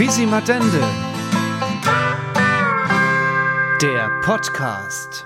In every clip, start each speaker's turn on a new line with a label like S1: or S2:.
S1: Quisimadende, der Podcast.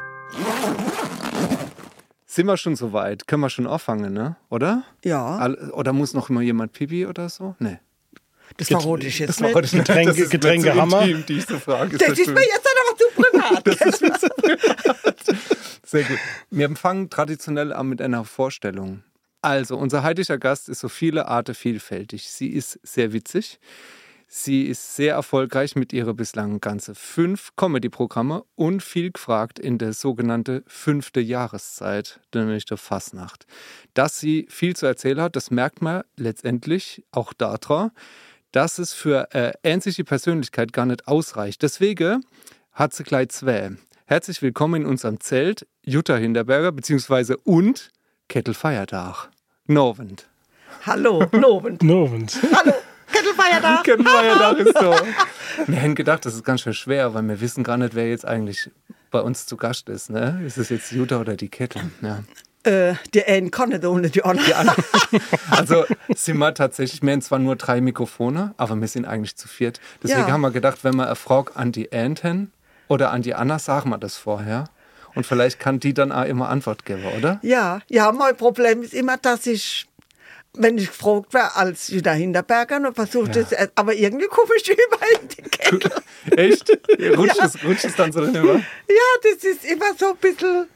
S1: Sind wir schon soweit? Können wir schon anfangen, ne? Oder?
S2: Ja.
S1: Oder muss noch mal jemand Pipi oder so? Nee.
S2: Das verrate ich jetzt
S1: nicht.
S3: Getränkehammer.
S1: So diese Frage.
S2: Das ist mir jetzt aber zu privat.
S1: Das ist mir zu privat. Sehr gut. Wir fangen traditionell an mit einer Vorstellung. Also, unser heutiger Gast ist so viele Arten vielfältig. Sie ist sehr witzig. Sie ist sehr erfolgreich mit ihren bislang ganze 5 Comedy-Programme und viel gefragt in der sogenannten 5. Jahreszeit, nämlich der Fasnacht. Dass sie viel zu erzählen hat, das merkt man letztendlich auch daran, dass es für ähnliche Persönlichkeit gar nicht ausreicht. Deswegen hat sie gleich 2. Herzlich willkommen in unserem Zelt, Jutta Hinderberger, beziehungsweise und Kettelfeiertag. Novent.
S2: Hallo, Novent. Hallo, Kettelfeiertag.
S1: Kettelfeiertag ist so. Wir haben gedacht, das ist ganz schön schwer, weil wir wissen gar nicht, wer jetzt eigentlich bei uns zu Gast ist. Ne? Ist es jetzt Jutta oder die Kettel? Ja.
S2: Die einen kann nicht ohne die anderen.
S1: Also sind wir tatsächlich, wir haben zwar nur 3 Mikrofone, aber wir sind eigentlich zu 4. Deswegen haben wir gedacht, wenn wir eine Frage an die Anten oder an die Anna, sagen wir das vorher. Und vielleicht kann die dann auch immer Antwort geben, oder?
S2: Ja, mein Problem ist immer, dass ich, wenn ich gefragt werde als Jutta Hinderberger, dann versuche ich das, aber irgendwie komme ich überall in die Kettel.
S1: Echt? Rutscht es dann so rüber?
S2: Ja, das ist immer so ein bisschen,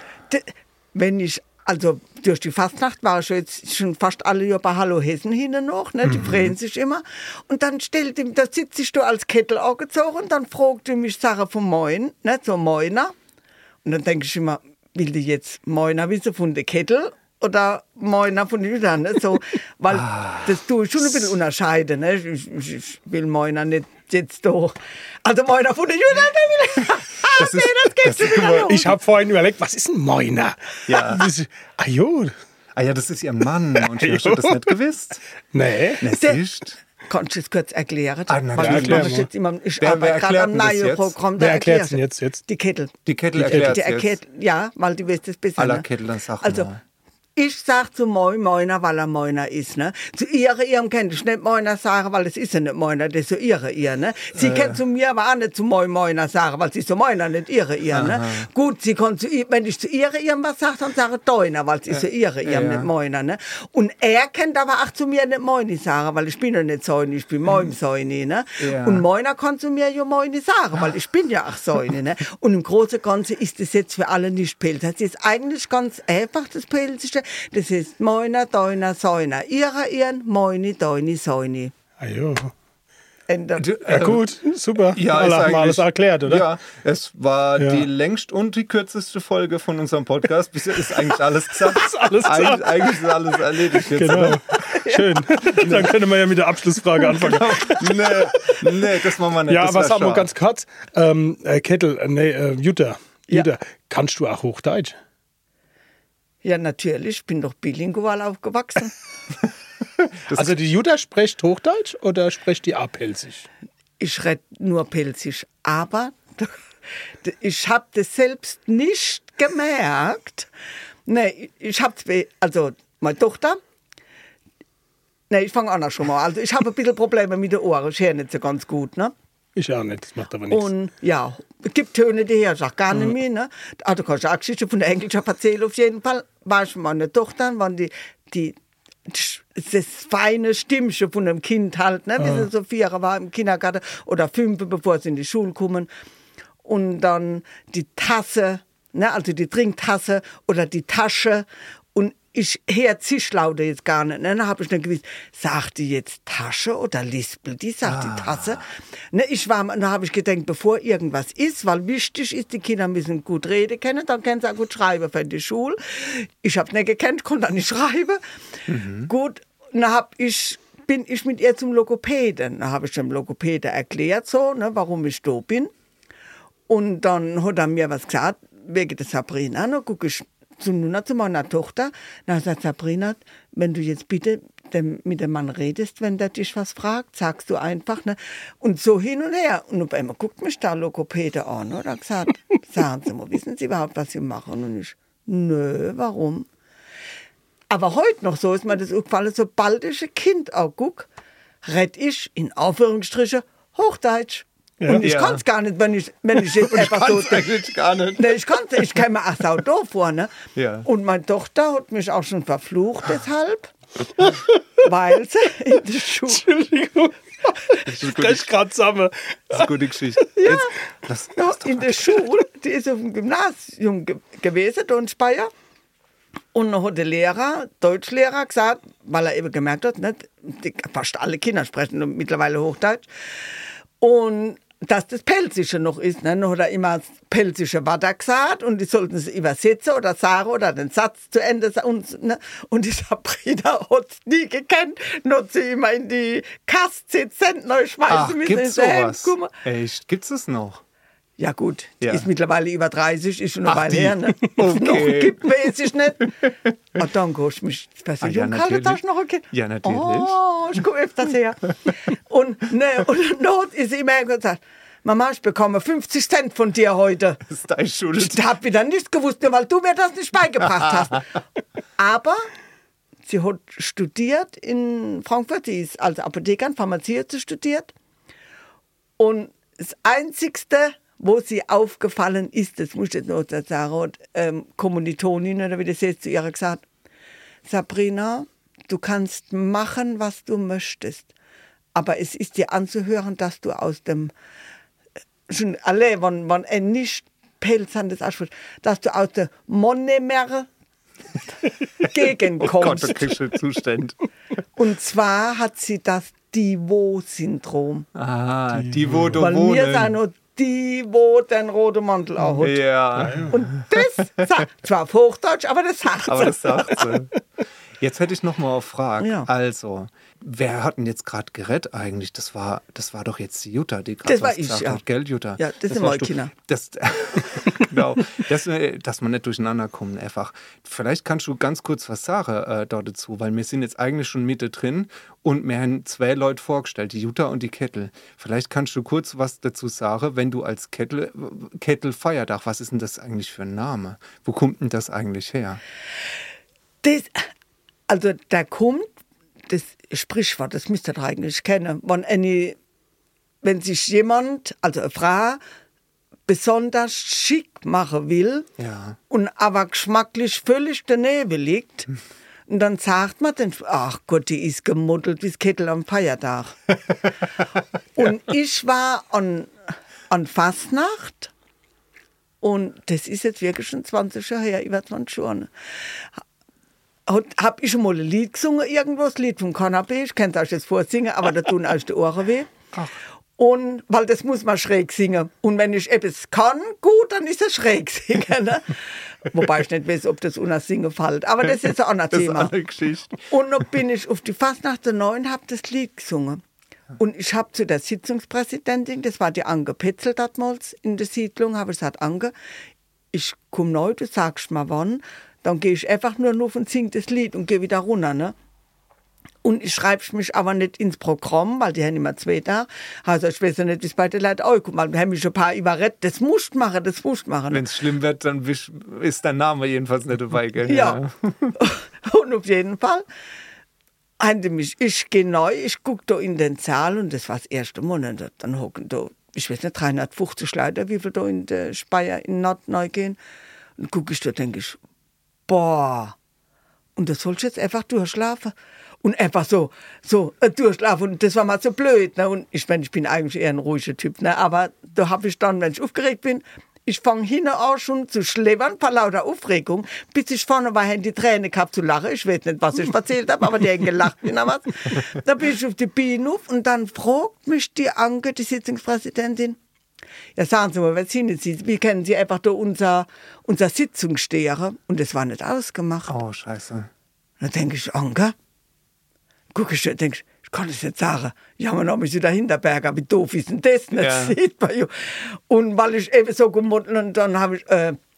S2: wenn ich, also durch die Fastnacht war ich jetzt schon fast alle Jahre bei Hallo Hessen hin noch, ne? Die freuen sich immer. Und dann da sitze ich da als Kettel angezogen und dann fragt die mich Sachen von Moin, ne? So Moiner. Und dann denke ich immer, will die jetzt Moiner wissen von der Kettel oder Moiner von der Jutta, ne? So, weil das tue ich schon ein bisschen unterscheiden, ne? Ich will Moiner nicht jetzt da. Also Moiner von der Jutta, der will
S1: das geht
S2: schon wieder los.
S3: Ich habe vorhin überlegt, was ist ein Moiner?
S1: Ja. Das ist ihr Mann. Und ich habe das nicht gewusst.
S3: Nee.
S1: Siehst.
S2: Kannst du es kurz erklären? Ich
S1: Wer
S2: arbeite gerade am neuen Programm.
S3: Wer erklärt es denn jetzt?
S2: Die Kettel.
S1: Die Kettel erklärt es jetzt.
S2: Ja, weil die weiß das besser.
S1: Aller
S2: Ne?
S1: Kettel, dann sag
S2: Also,
S1: mal.
S2: ich sag zu Moiner, weil er Moiner ist. Ne? Zu ihrem kann ich nicht Moiner sagen, weil es ist ja nicht Moiner, das ist so ihr. Ne? Sie kann zu mir aber auch nicht zu Moiner sagen, weil sie ist so Moiner, nicht ihr. Ne? Gut, sie kann wenn ich zu ihrem was sage, dann sage ich Deuner, weil es ist so ihr, nicht Moiner. Ne? Und er kann aber auch zu mir nicht Moini sagen, weil ich bin ja nicht Säune, ich bin Säune. Ne?
S1: Ja.
S2: Und Moiner kann zu mir ja Moini sagen, weil ich bin ja auch Säune. Ne? Und im Großen und Ganzen ist das jetzt für alle nicht Pelz. Das ist eigentlich ganz einfach, das Pelzische. Das ist Moiner, Deuner, Säuner. Ihren, Moini, Deuni, Säuni.
S3: Ja gut, super.
S1: Ja,
S3: haben wir alles erklärt, oder?
S1: Ja, es war die längst und die kürzeste Folge von unserem Podcast. Bisher ist eigentlich alles gesagt. Eigentlich ist alles erledigt jetzt.
S3: Genau.
S1: Ne?
S3: Schön. Dann können wir ja mit der Abschlussfrage anfangen.
S1: Nee, das machen wir nicht.
S3: Ja,
S1: das
S3: aber sag mal
S1: schade.
S3: ganz kurz. Jutta, kannst du auch Hochdeutsch?
S2: Ja, natürlich. Ich bin doch bilingual aufgewachsen.
S3: Also die Jutta spricht Hochdeutsch oder spricht die auch Pelzig?
S2: Ich rede nur Pelzig. Aber ich habe das selbst nicht gemerkt. Nee, ich habe also meine Tochter. Nee, ich fange an schon mal. Also ich habe ein bisschen Probleme mit den Ohren. Ich höre nicht so ganz gut, ne?
S3: Ich auch nicht, das macht aber nichts.
S2: Und ja, es gibt Töne, die höre ich auch gar nicht mehr. Ne? Also kannst du auch Geschichte von der Engelschap erzählen auf jeden Fall. War ich mit meiner Tochter, waren das feine Stimmchen von einem Kind halt, ne? Bis sie so 4 war im Kindergarten oder 5, bevor sie in die Schule kommen. Und dann die Tasse, ne? Also die Trinktasse oder die Tasche. Und ich höre Zischlaute jetzt gar nicht. Ne? Dann habe ich nicht gewusst, sagt die jetzt Tasche oder lispelt die, sagt die Tasse. Ne, da habe ich gedacht, bevor irgendwas ist, weil wichtig ist, die Kinder müssen gut reden können, dann können sie auch gut schreiben für die Schule. Ich habe es nicht gekannt, konnte auch nicht schreiben. Gut, dann bin ich mit ihr zum Logopäden. Da habe ich dem Logopäden erklärt, so, ne, warum ich da bin. Und dann hat er mir was gesagt, wegen der Sabrina. Dann gucke ich zu meiner Tochter. Dann sagt Sabrina, wenn du jetzt bitte mit dem Mann redest, wenn der dich was fragt, sagst du einfach. Ne? Und so hin und her. Und auf einmal guckt mich der Logopäde an und hat gesagt, sagen Sie mal, wissen Sie überhaupt, was Sie machen? Und ich, nö, warum? Aber heute noch so ist mir das aufgefallen, sobald ich ein Kind auch gucke, red ich in Anführungsstrichen Hochdeutsch. Und ich kann es gar nicht, wenn ich jetzt einfach so...
S1: eigentlich gar nicht.
S2: Nee, ich käme mir auch sau doof vor, ne?
S1: Ja.
S2: Und meine Tochter hat mich auch schon verflucht deshalb, weil sie in der Schule...
S3: Entschuldigung. Ich gerade zusammen.
S1: Das ist eine gute Geschichte. Ja. Jetzt,
S2: in der Schule, die ist auf dem Gymnasium gewesen, da in Speyer. Und dann hat der Lehrer, Deutschlehrer, gesagt, weil er eben gemerkt hat, nicht, fast alle Kinder sprechen mittlerweile Hochdeutsch. Und dass das Pelzische noch ist. Ne? Dann hat er immer das pelzische Wörter gesagt und die sollten es übersetzen oder sagen oder den Satz zu Ende sagen. Ne? Und die Sabrina hat es nie gekannt. Dann hat sie immer in die Kasse 10 Cent neu schmeißen müssen.
S1: Gibt's sowas? Echt? Gibt's es noch?
S2: Ja gut, die ist mittlerweile über 30, ist schon eine Weile her. Ne?
S1: Okay.
S2: Noch gibt, weiß ich nicht. Ah, danke, hast du mich jung gehalten, hast du noch okay?
S1: Ja, natürlich.
S2: Oh, ich komme öfters her. und dann ist sie immer gesagt, Mama, ich bekomme 50 Cent von dir heute.
S1: Das ist deine Schuld.
S2: Ich habe wieder nichts gewusst, nur weil du mir das nicht beigebracht hast. Aber sie hat studiert in Frankfurt, sie ist als Apothekerin, Pharmazie studiert. Und das Einzigste, wo sie aufgefallen ist, das muss ich jetzt noch sagen, Kommilitonin oder wie das jetzt zu ihr gesagt, Sabrina, du kannst machen, was du möchtest, aber es ist dir anzuhören, dass du aus dem, schon alle, wenn nicht Pelz an das ausspricht, dass du aus der Monomer Gegend kommst.
S1: Oh Gott, da kriegst du Zustand.
S2: Und zwar hat sie das Divot-Syndrom.
S1: Ah, die, wo du
S2: Weil
S1: wohnen.
S2: wir sind noch die, wo den roten Mantel auch hat.
S1: Ja.
S2: Und das sagt, zwar auf Hochdeutsch, aber das sagt sie.
S1: Aber das sagt sie. Jetzt hätte ich noch mal eine Frage.
S2: Ja.
S1: Also, wer hat denn jetzt gerade gerettet eigentlich? Das war doch jetzt die Jutta, die gerade was gesagt hat. Gell, Jutta?
S2: Ja, das sind meine Kinder.
S1: Genau. Dass man nicht durcheinander kommt einfach. Vielleicht kannst du ganz kurz was sagen dort dazu, weil wir sind jetzt eigentlich schon Mitte drin und wir haben 2 Leute vorgestellt, die Jutta und die Kettel. Vielleicht kannst du kurz was dazu sagen, wenn du als Kettel Feierdach, was ist denn das eigentlich für ein Name? Wo kommt denn das eigentlich her?
S2: Also da kommt das Sprichwort, das müsst ihr doch eigentlich kennen, wenn sich jemand, also eine Frau, besonders schick machen will und aber geschmacklich völlig daneben liegt, und dann sagt man dann, ach Gott, die ist gemuddelt wie das Kettel am Feiertag. Und ich war an Fastnacht, und das ist jetzt wirklich schon 20 Jahre her, über 20 Jahre. Habe ich schon mal ein Lied gesungen, irgendwo, das Lied vom Kanapé. Ich kann es euch jetzt vorsingen, aber da tun euch die Ohren weh. Ach. Und, weil das muss man schräg singen. Und wenn ich etwas kann, gut, dann ist es schräg singen. Ne? Wobei ich nicht weiß, ob das unter Singen fällt. Aber das ist jetzt ein anderes Thema.
S1: Das ist eine Geschichte.
S2: Und dann bin ich auf die Fastnacht der 9, habe das Lied gesungen. Und ich habe zu der Sitzungspräsidentin, das war die Anke Petzel damals in der Siedlung, habe ich gesagt, Anke, ich komme neu, du sagst mir wann. Dann gehe ich einfach nur auf und singe das Lied und gehe wieder runter. Ne? Und ich schreibe mich aber nicht ins Programm, weil die haben immer 2 Tage. Also ich weiß ja nicht, wie es bei den Leuten ankommt, weil wir haben mich schon ein paar überredet, das musst du machen, das musst du machen.
S1: Wenn es schlimm wird, dann ist dein Name jedenfalls nicht dabei. Gell?
S2: Ja. Und auf jeden Fall haben die mich, ich gehe neu, ich gucke da in den Saal und das war das erste Mal. Dann hocken da, ich weiß nicht, 350 Leute, wie viel da in der Speyer in Nord neu gehen. Und gucke ich da, denke ich, boah, und das sollst du jetzt einfach durchschlafen. Und einfach so durchschlafen. Und das war mal so blöd. Ne? Und ich meine, ich bin eigentlich eher ein ruhiger Typ. Ne? Aber da habe ich dann, wenn ich aufgeregt bin, ich fange hinten auch schon zu schleppern, vor lauter Aufregung, bis ich vorne war, die Tränen gehabt zu lachen. Ich weiß nicht, was ich erzählt habe, aber die haben gelacht. Was. Da bin ich auf die Bühne auf und dann fragt mich die Anke, die Sitzungspräsidentin, ja, sagen Sie mal, wer sind Sie? Wie kennen Sie einfach da unser Sitzungssteher? Und das war nicht ausgemacht.
S1: Oh, scheiße.
S2: Da denke ich, Anke, gucke ich, denke ich kann das nicht sagen. Ja, man hat mich wieder Hinterberger, wie doof ist denn das? Nicht
S1: ja.
S2: Sieht man ja. Und weil ich eben so gemuddelt und dann habe ich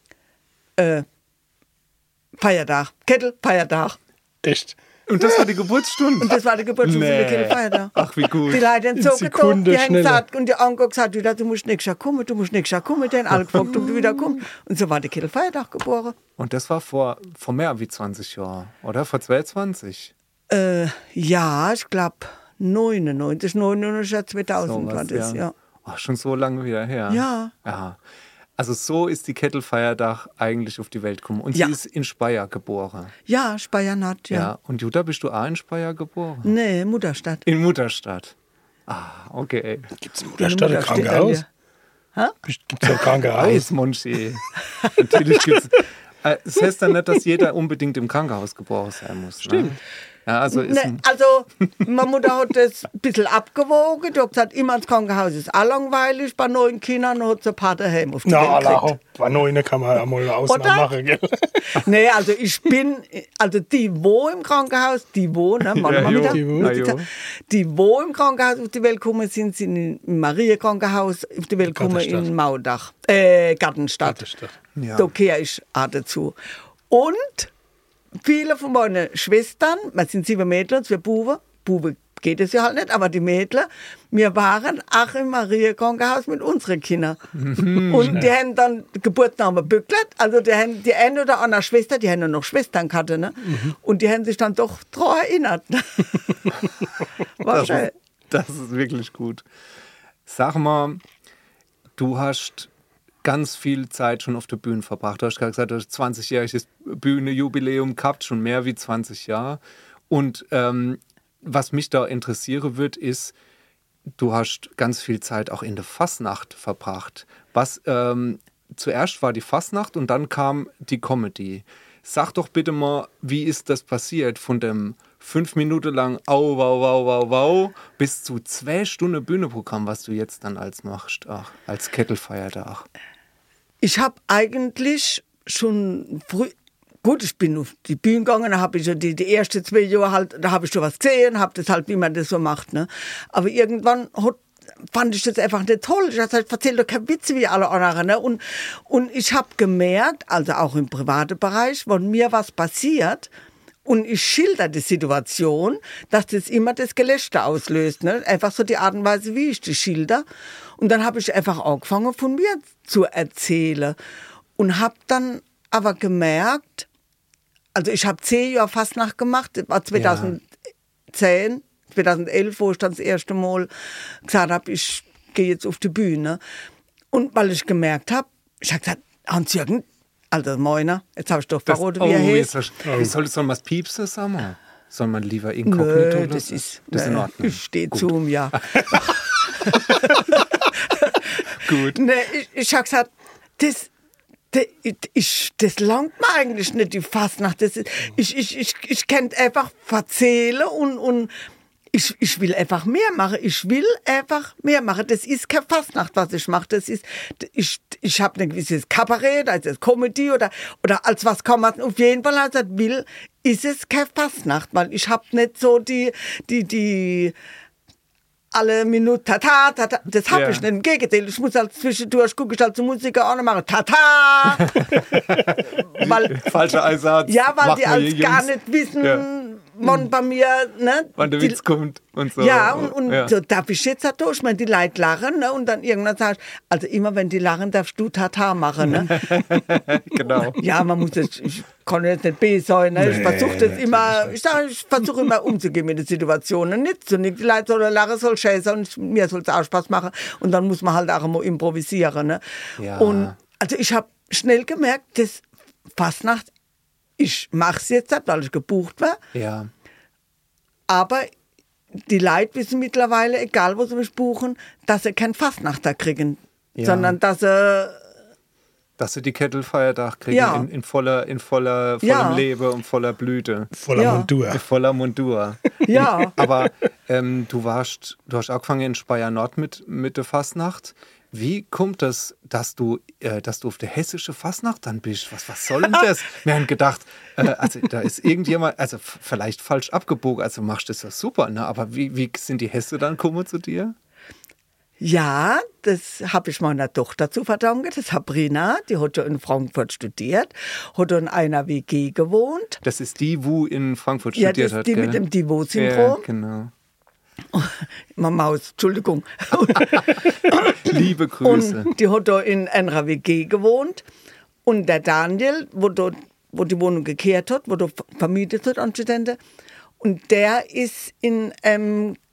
S2: Feiertag, Kettel, Feiertag.
S3: Echt?
S1: Und das war die Geburtsstunde?
S2: Und das war die Geburtsstunde von der Kettel, Feiertag.
S1: Ach, wie gut.
S2: Die Leute haben so gedacht, die haben gesagt, und die Anke gesagt, du musst nächstes Jahr kommen, die haben alle gefragt, ob du wieder kommst. Und so war die Kettel, Feiertag geboren.
S1: Und das war vor mehr wie 20 Jahren, oder? Vor 22?
S2: Ja, ich glaube 99, 2000
S1: Sowas,
S2: war das, ja.
S1: Ach, schon so lange wieder her.
S2: Ja.
S1: Also so ist die Kettelfeierdach eigentlich auf die Welt gekommen. Und
S2: Ja.
S1: sie ist in Speyer geboren.
S2: Ja, Speyernat, ja.
S1: Ja. Und Jutta, bist du auch in Speyer geboren?
S2: Nee, Mutterstadt.
S1: In Mutterstadt. Ah, okay.
S3: Gibt es in Mutterstadt ein Krankenhaus? Gibt es ein Krankenhaus?
S1: Eismonchi. Natürlich gibt es. Das heißt dann nicht, dass jeder unbedingt im Krankenhaus geboren sein muss. Stimmt. Ne? Ja, also
S2: Meine Mutter hat das ein bisschen abgewogen. Die hat gesagt, immer ins Krankenhaus ist auch langweilig. Bei 9 Kindern hat sie ein paar daheim auf die Welt gekriegt.
S3: Bei 9 kann man einmal eine Ausnahme machen. Gell?
S2: Nee, also die, wo im Krankenhaus, die, wo im Krankenhaus auf die Welt gekommen sind im Maria-Krankenhaus auf die Welt gekommen in Maudach, Gartenstadt.
S1: Ja.
S2: Da gehöre ich auch dazu. Und viele von meinen Schwestern, wir sind 7 Mädchen, 2 Buben, Buben geht es ja halt nicht, aber die Mädchen, wir waren auch im Maria-Krankenhaus mit unseren Kindern. Und die haben dann Geburtsnamen bückelt, also die eine oder andere Schwester, die haben ja noch Schwestern gehabt, ne? Und die haben sich dann doch daran erinnert. War schön.
S1: Das ist wirklich gut. Sag mal, du hast ganz viel Zeit schon auf der Bühne verbracht. Du hast gerade gesagt, du hast 20-jähriges Bühnejubiläum gehabt, schon mehr wie 20 Jahre. Und was mich da interessieren wird, ist, du hast ganz viel Zeit auch in der Fasnacht verbracht. Zuerst war die Fasnacht und dann kam die Comedy. Sag doch bitte mal, wie ist das passiert von dem 5 Minuten lang au, wow, wow, wow, wow bis zu 2 Stunden Bühneprogramm, was du jetzt dann machst, als Kettelfeierdach?
S2: Ich habe eigentlich schon früh, gut, ich bin auf die Bühne gegangen, da habe ich die ersten 2 Jahre halt, da habe ich schon was gesehen, habe das halt, wie man das so macht, ne? Aber irgendwann fand ich das einfach nicht toll. Ich habe gesagt, erzähl doch keine Witze wie alle anderen, ne? Und ich habe gemerkt, also auch im privaten Bereich, wenn mir was passiert und ich schilder die Situation, dass das immer das Gelächter auslöst, ne? Einfach so die Art und Weise, wie ich die schilder. Und dann habe ich einfach angefangen, von mir zu erzählen. Und habe dann aber gemerkt, also ich habe 10 Jahre Fastnacht gemacht, das war 2010, 2011, wo ich dann das erste Mal gesagt habe, ich gehe jetzt auf die Bühne. Und weil ich gemerkt habe, ich habe gesagt, Hans-Jürgen, also meiner, jetzt habe ich doch verraten, wie er heißt.
S1: Soll man was piepsen, sag mal? Soll man lieber inkognito?
S2: Nö, das ist
S1: in Ordnung.
S2: Ich stehe zu ihm, ja.
S1: Gut.
S2: Nee, ich habe gesagt, das langt mir eigentlich nicht, die Fasnacht. Ich kann einfach erzählen und ich will einfach mehr machen. Das ist keine Fasnacht, was ich mache. Das ist, ich habe ein gewisses Kabarett, also das Comedy oder als was kann man auf jeden Fall also will, ist es keine Fasnacht, weil ich habe nicht so die alle Minuten Tata, Tata, das habe ich nicht. Im Gegenteil, ich muss halt zwischendurch gucke ich halt zur Musiker an und mache Tata.
S1: Falscher Einsatz.
S2: Ja, weil die als gar nicht wissen, wann bei mir, ne?
S1: Wann der Witz kommt und so.
S2: Ja, und so darf ich jetzt halt durch. Ich meine, die Leute lachen, ne? Und dann irgendwann sage ich, also immer wenn die lachen, darfst du Tata machen, ne?
S1: Genau.
S2: Ja, man muss das, ich kann jetzt nicht B sein, ne? Ich versuche das immer, ich versuche immer umzugehen mit den Situationen. Nicht so, nicht die Leute sollen lachen, soll scheiße und mir soll es auch Spaß machen. Und dann muss man halt auch immer improvisieren, ne?
S1: Ja.
S2: Und also ich habe schnell gemerkt, dass Fastnacht, ich mache es jetzt, weil ich gebucht war.
S1: Ja.
S2: Aber die Leute wissen mittlerweile, egal wo sie mich buchen, dass sie kein Fastnachter kriegen, sondern dass sie
S1: die Kettelfeierdach kriegen in vollem Leben und voller Blüte.
S3: Voller Montur.
S1: Voller Montur.
S2: Ja.
S1: Aber du hast angefangen in Speyer Nord mit der Fastnacht. Wie kommt das, dass du auf der hessische Fastnacht dann bist? Was soll denn das? Wir haben gedacht, also da ist irgendjemand, also vielleicht falsch abgebogen, also machst du das ja super, ne? Aber wie sind die Hesse dann gekommen zu dir?
S2: Ja, das habe ich meiner Tochter zu verdanken, das ist Sabrina, die hat ja in Frankfurt studiert, hat in einer WG gewohnt.
S1: Das ist die, wo in Frankfurt studiert hat,
S2: die
S1: gell?
S2: mit dem Divot-Syndrom.
S1: Ja, genau.
S2: Maus, Entschuldigung.
S1: Liebe Grüße.
S2: Und die hat da in einer WG gewohnt. Und der Daniel, wo die Wohnung gekehrt hat, wo der vermietet hat an Studenten, und der ist in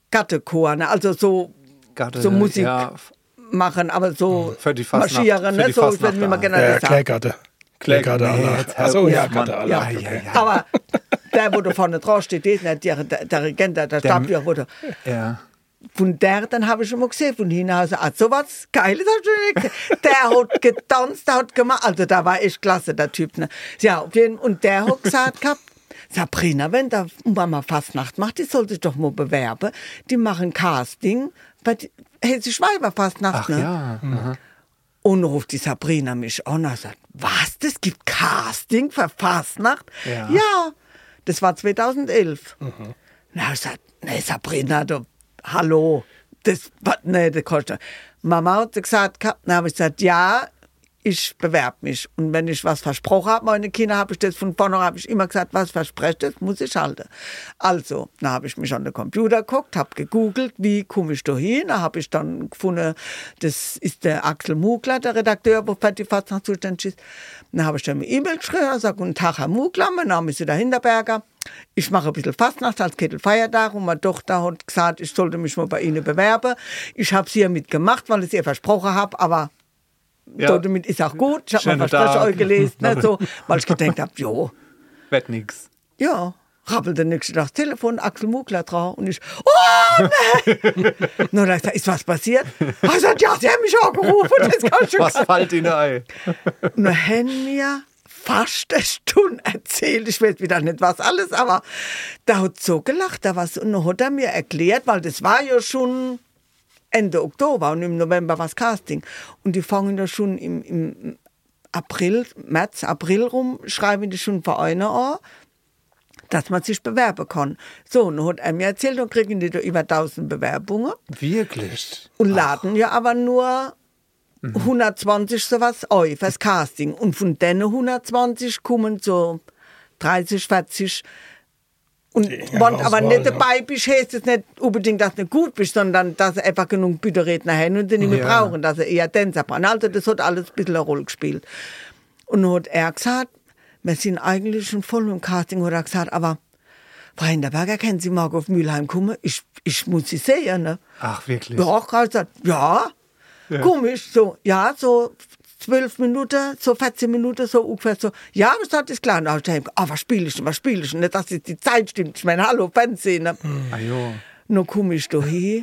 S2: Gattechor, ne? Also so Musik machen, aber so
S1: für die Fastnacht,
S2: marschieren, ne? So werden wir mal generell sagen.
S3: Klärgatte Allah. Achso, ja, Gatte Allah.
S2: Aber der, wo da vorne drauf steht, der ist nicht der Dirigent, der Stabführer, wo da...
S1: Ja.
S2: Von der, dann habe ich schon mal gesehen, von hinaus, so was Geiles hast du nicht gesehen. Der hat getanzt, der hat gemacht, also da war echt klasse, der Typ. Ne? Ja, und der hat gesagt gehabt, Sabrina, wenn da Mama Fastnacht macht, die soll sich doch mal bewerben. Die machen Casting bei Hessisch Weiber Fastnacht.
S1: Ach ne? Ja. Mhm.
S2: Und ruft die Sabrina mich an und sagt, was, das gibt Casting für Fastnacht? Ja, das war 2011. Mhm. Na, ich gesagt, nee, Sabrina, hallo, das kostet. Mama hat gesagt, dann habe ich gesagt, ja, ich bewerbe mich. Und wenn ich was versprochen habe, meine Kinder, habe ich das von vornherein, habe ich immer gesagt, was verspreche, das muss ich halten. Also, dann habe ich mich an den Computer geguckt, habe gegoogelt, wie komme ich da hin. Da habe ich dann gefunden, das ist der Axel Mugler, der Redakteur, der für die Fastnacht zuständig ist. Dann habe ich dann eine E-Mail geschrieben, und gesagt, guten Tag, Herr Mugler, mein Name ist der Hinterberger. Ich mache ein bisschen Fastnacht als Kettelfeiertag und meine Tochter hat gesagt, ich sollte mich mal bei Ihnen bewerben. Ich habe es hiermit gemacht, weil ich es ihr versprochen habe, aber damit ist auch gut. Ich habe mein Versprechen euch gelesen, ne, so, weil ich gedacht habe, jo.
S1: Wird nix.
S2: Ja, rappelt der nächste Tag das Telefon, Axel Mugler drauf und ich, oh nein! Nur da ist was passiert? Er sagt, ja, Sie haben mich angerufen. Das kann schon
S1: was fällt Ihnen ein?
S2: Und dann haben wir fast eine Stunde erzählt, ich weiß wieder nicht was alles, aber da hat so gelacht, und dann hat er mir erklärt, weil das war ja schon Ende Oktober und im November war das Casting und die fangen ja schon im März, April rum, schreiben die schon Vereine an, dass man sich bewerben kann. So, und dann hat er mir erzählt, dann kriegen die da über 1000 Bewerbungen.
S1: Wirklich?
S2: Und laden ja aber nur 120 sowas ein fürs Casting. Und von denen 120 kommen so 30, 40. Und wenn du aber nicht dabei bist, heißt es nicht unbedingt, dass du nicht gut bist, sondern dass sie einfach genug Bühnenredner haben und die nicht mehr brauchen, dass sie eher Tänzer brauchen. Also das hat alles ein bisschen eine Rolle gespielt. Und dann hat er gesagt, wir sind eigentlich schon voll im Casting, hat er gesagt, aber Frau Hinterberger, können Sie morgen auf Mülheim kommen? Ich muss Sie sehen. Ne?
S1: Ach, wirklich?
S2: Ja, ich habe gesagt, ja. Komisch, so 12 Minuten, so 14 Minuten, so ungefähr so. Ja, aber das ist klar. Und dann was spiele ich denn, Nicht, dass jetzt die Zeit stimmt. Ich meine, hallo, Fernsehen. Ne? Dann komme ich da hin,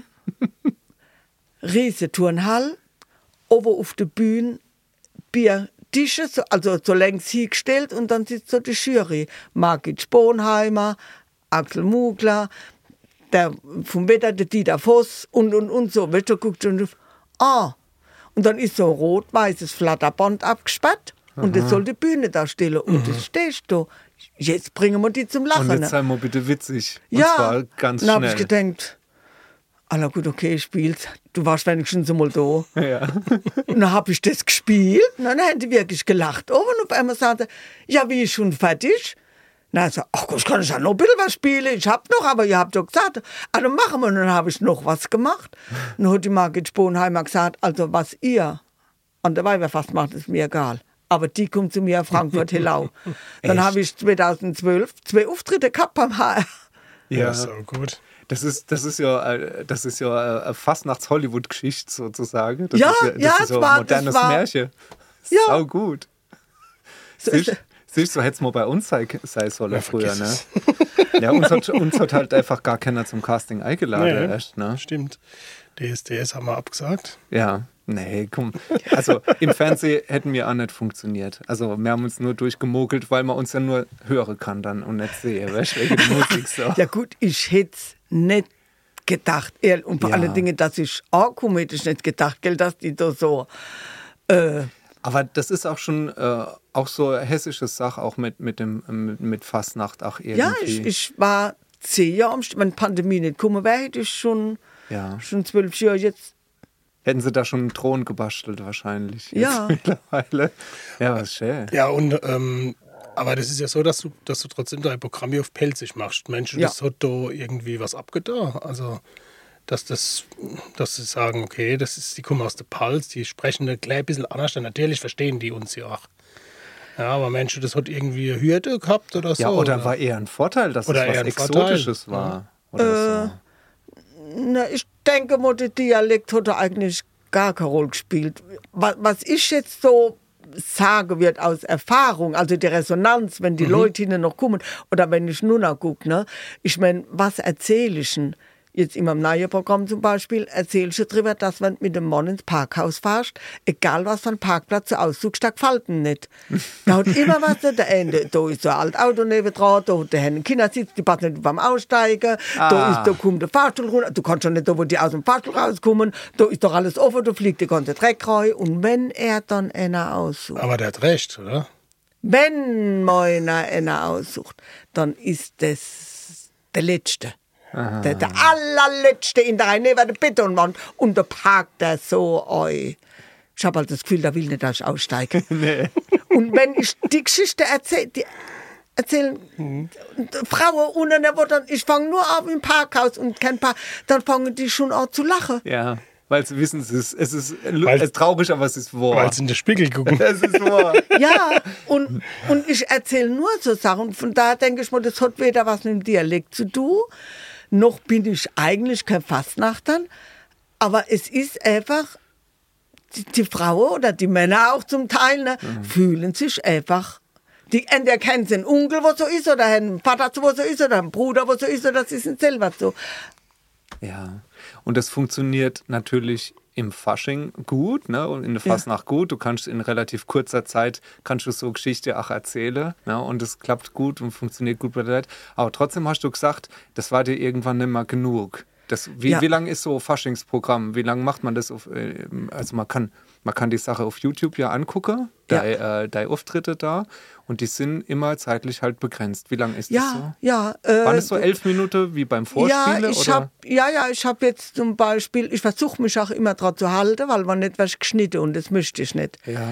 S2: riesige Turnhalle, oben auf der Bühne, Biertische, also so längs hingestellt und dann sitzt so die Jury. Margit Sponheimer, Axel Mugler, der vom Wetter, der Dieter Voss und so. Weißt du, guckst und und dann ist so ein rot-weißes Flatterband abgesperrt und das soll die Bühne darstellen. Und das stehst du. Jetzt bringen wir die zum Lachen.
S1: Und jetzt sei mal bitte witzig. Und
S2: ja,
S1: zwar ganz schnell.
S2: Dann habe ich gedacht, alles gut, okay, ich spiel's. Du warst wenigstens einmal da.
S1: Ja.
S2: Und dann habe ich das gespielt und dann haben die wirklich gelacht. Und auf einmal sagte ja, wie ist schon fertig? Na, so, ach gut, ich kann ja noch ein bisschen was spielen. Ich hab noch, aber ihr habt doch gesagt, also machen wir. Und dann habe ich noch was gemacht. Und dann hat die Margit Sponheimer gesagt, also was ihr an der Weiberfastnacht macht, ist mir egal. Aber die kommt zu mir, Frankfurt-Hellau. Dann habe ich 2012 2 Auftritte gehabt beim HR.
S3: Ja, so gut.
S1: Das ist ja Fastnachts-Hollywood-Geschichte sozusagen. Das ist so ein modernes Märchen. Ja. Sau gut.
S2: So
S1: Siehst du, hätte es mal bei uns sein sollen früher, ne? Ja, uns hat halt einfach gar keiner zum Casting eingeladen erst, ne?
S3: Stimmt. DSDS haben wir abgesagt.
S1: Ja, nee, komm. Also im Fernsehen hätten wir auch nicht funktioniert. Also wir haben uns nur durchgemogelt, weil man uns ja nur hören kann dann und nicht sehen, weißt du, wegen der Musik so.
S2: Ja gut, ich hätte es nicht gedacht. Und vor allen Dingen, dass ich auch hätte ich nicht gedacht, gell, dass die da so...
S1: Aber das ist auch schon auch so eine hessische Sache, auch mit Fastnacht auch irgendwie.
S2: Ja, ich war 10 Jahre, wenn die Pandemie nicht gekommen wäre, hätte ich schon 12 Jahre jetzt.
S1: Hätten sie da schon einen Thron gebastelt wahrscheinlich.
S2: Ja.
S1: Mittlerweile. Ja, was schön.
S3: Ja, und aber das ist ja so, dass du trotzdem dein Programm hier auf pelzig machst. Menschen, das hat da irgendwie was abgetan. Also dass sie sagen, okay, die kommen aus der Pals, die sprechen ein klein bisschen anders, dann natürlich verstehen die uns ja auch. Ja, aber Menschen, das hat irgendwie eine Hürde gehabt oder so.
S1: Ja, oder war eher ein Vorteil, dass es was Exotisches war. Oder so.
S2: Na, ich denke mal, der Dialekt hat da eigentlich gar keine Rolle gespielt. Was ich jetzt so sage, wird aus Erfahrung, also die Resonanz, wenn die Leute hinten noch kommen oder wenn ich nur noch gucke, ne? Ich meine, was erzähle ich denn? Jetzt in meinem neuen Programm zum Beispiel erzähle ich darüber, dass wenn du mit dem Mann ins Parkhaus fährst, egal was für ein Parkplatz du aussuchst, da gefällt ihm nicht. Da hat immer was, der Ende, da ist so ein altes Auto nebendran, da hat der Herr Kindersitz, die passt nicht beim Aussteigen, da kommt der Fahrstuhl runter, du kannst schon nicht da, wo die aus dem Fahrstuhl rauskommen, da ist doch alles offen, da fliegt der ganze Dreck rein. Und wenn er dann einer aussucht.
S3: Aber der hat recht, oder?
S2: Wenn meiner einer aussucht, dann ist das der Letzte. Der allerletzte in der Reihe, neben der Betonwand. Und da parkt er so ein. Ich habe halt das Gefühl, der will nicht, dass ich aussteige. Nee. Und wenn ich die Geschichte erzählen Frauen unten, ich fange nur auf im Parkhaus und kein Park, dann fangen die schon an zu lachen.
S1: Ja, weil sie wissen, es ist traurig, aber es ist wahr.
S3: Weil sie in den Spiegel gucken.
S1: Es ist wahr.
S2: Ja, und ich erzähle nur so Sachen. Und von daher denke ich mal, das hat weder was mit dem Dialekt zu tun, noch bin ich eigentlich kein Fastnachter, aber es ist einfach, die Frauen oder die Männer auch zum Teil, ne, fühlen sich einfach, entweder kennen sie einen Onkel, wo so ist, oder einen Vater, wo so ist, oder einen Bruder, wo so ist, oder sie sind selber so.
S1: Ja, und das funktioniert natürlich im Fasching gut, ne, und in der Fastnacht gut. Du kannst in relativ kurzer Zeit, kannst du so Geschichte auch erzählen, ne, und es klappt gut und funktioniert gut bei der Leute. Aber trotzdem hast du gesagt, das war dir irgendwann nicht mehr genug. Wie lang ist so Faschingsprogramm? Wie lange macht man das? Also man kann die Sache auf YouTube ja angucken, deine Auftritte da, und die sind immer zeitlich halt begrenzt. Wie lang ist das so?
S2: Ja.
S1: Waren es so 11 Minuten wie beim Vorspielen?
S2: Ich habe jetzt zum Beispiel, ich versuche mich auch immer daran zu halten, weil man nicht was geschnitten und das möchte ich nicht.
S1: Ja.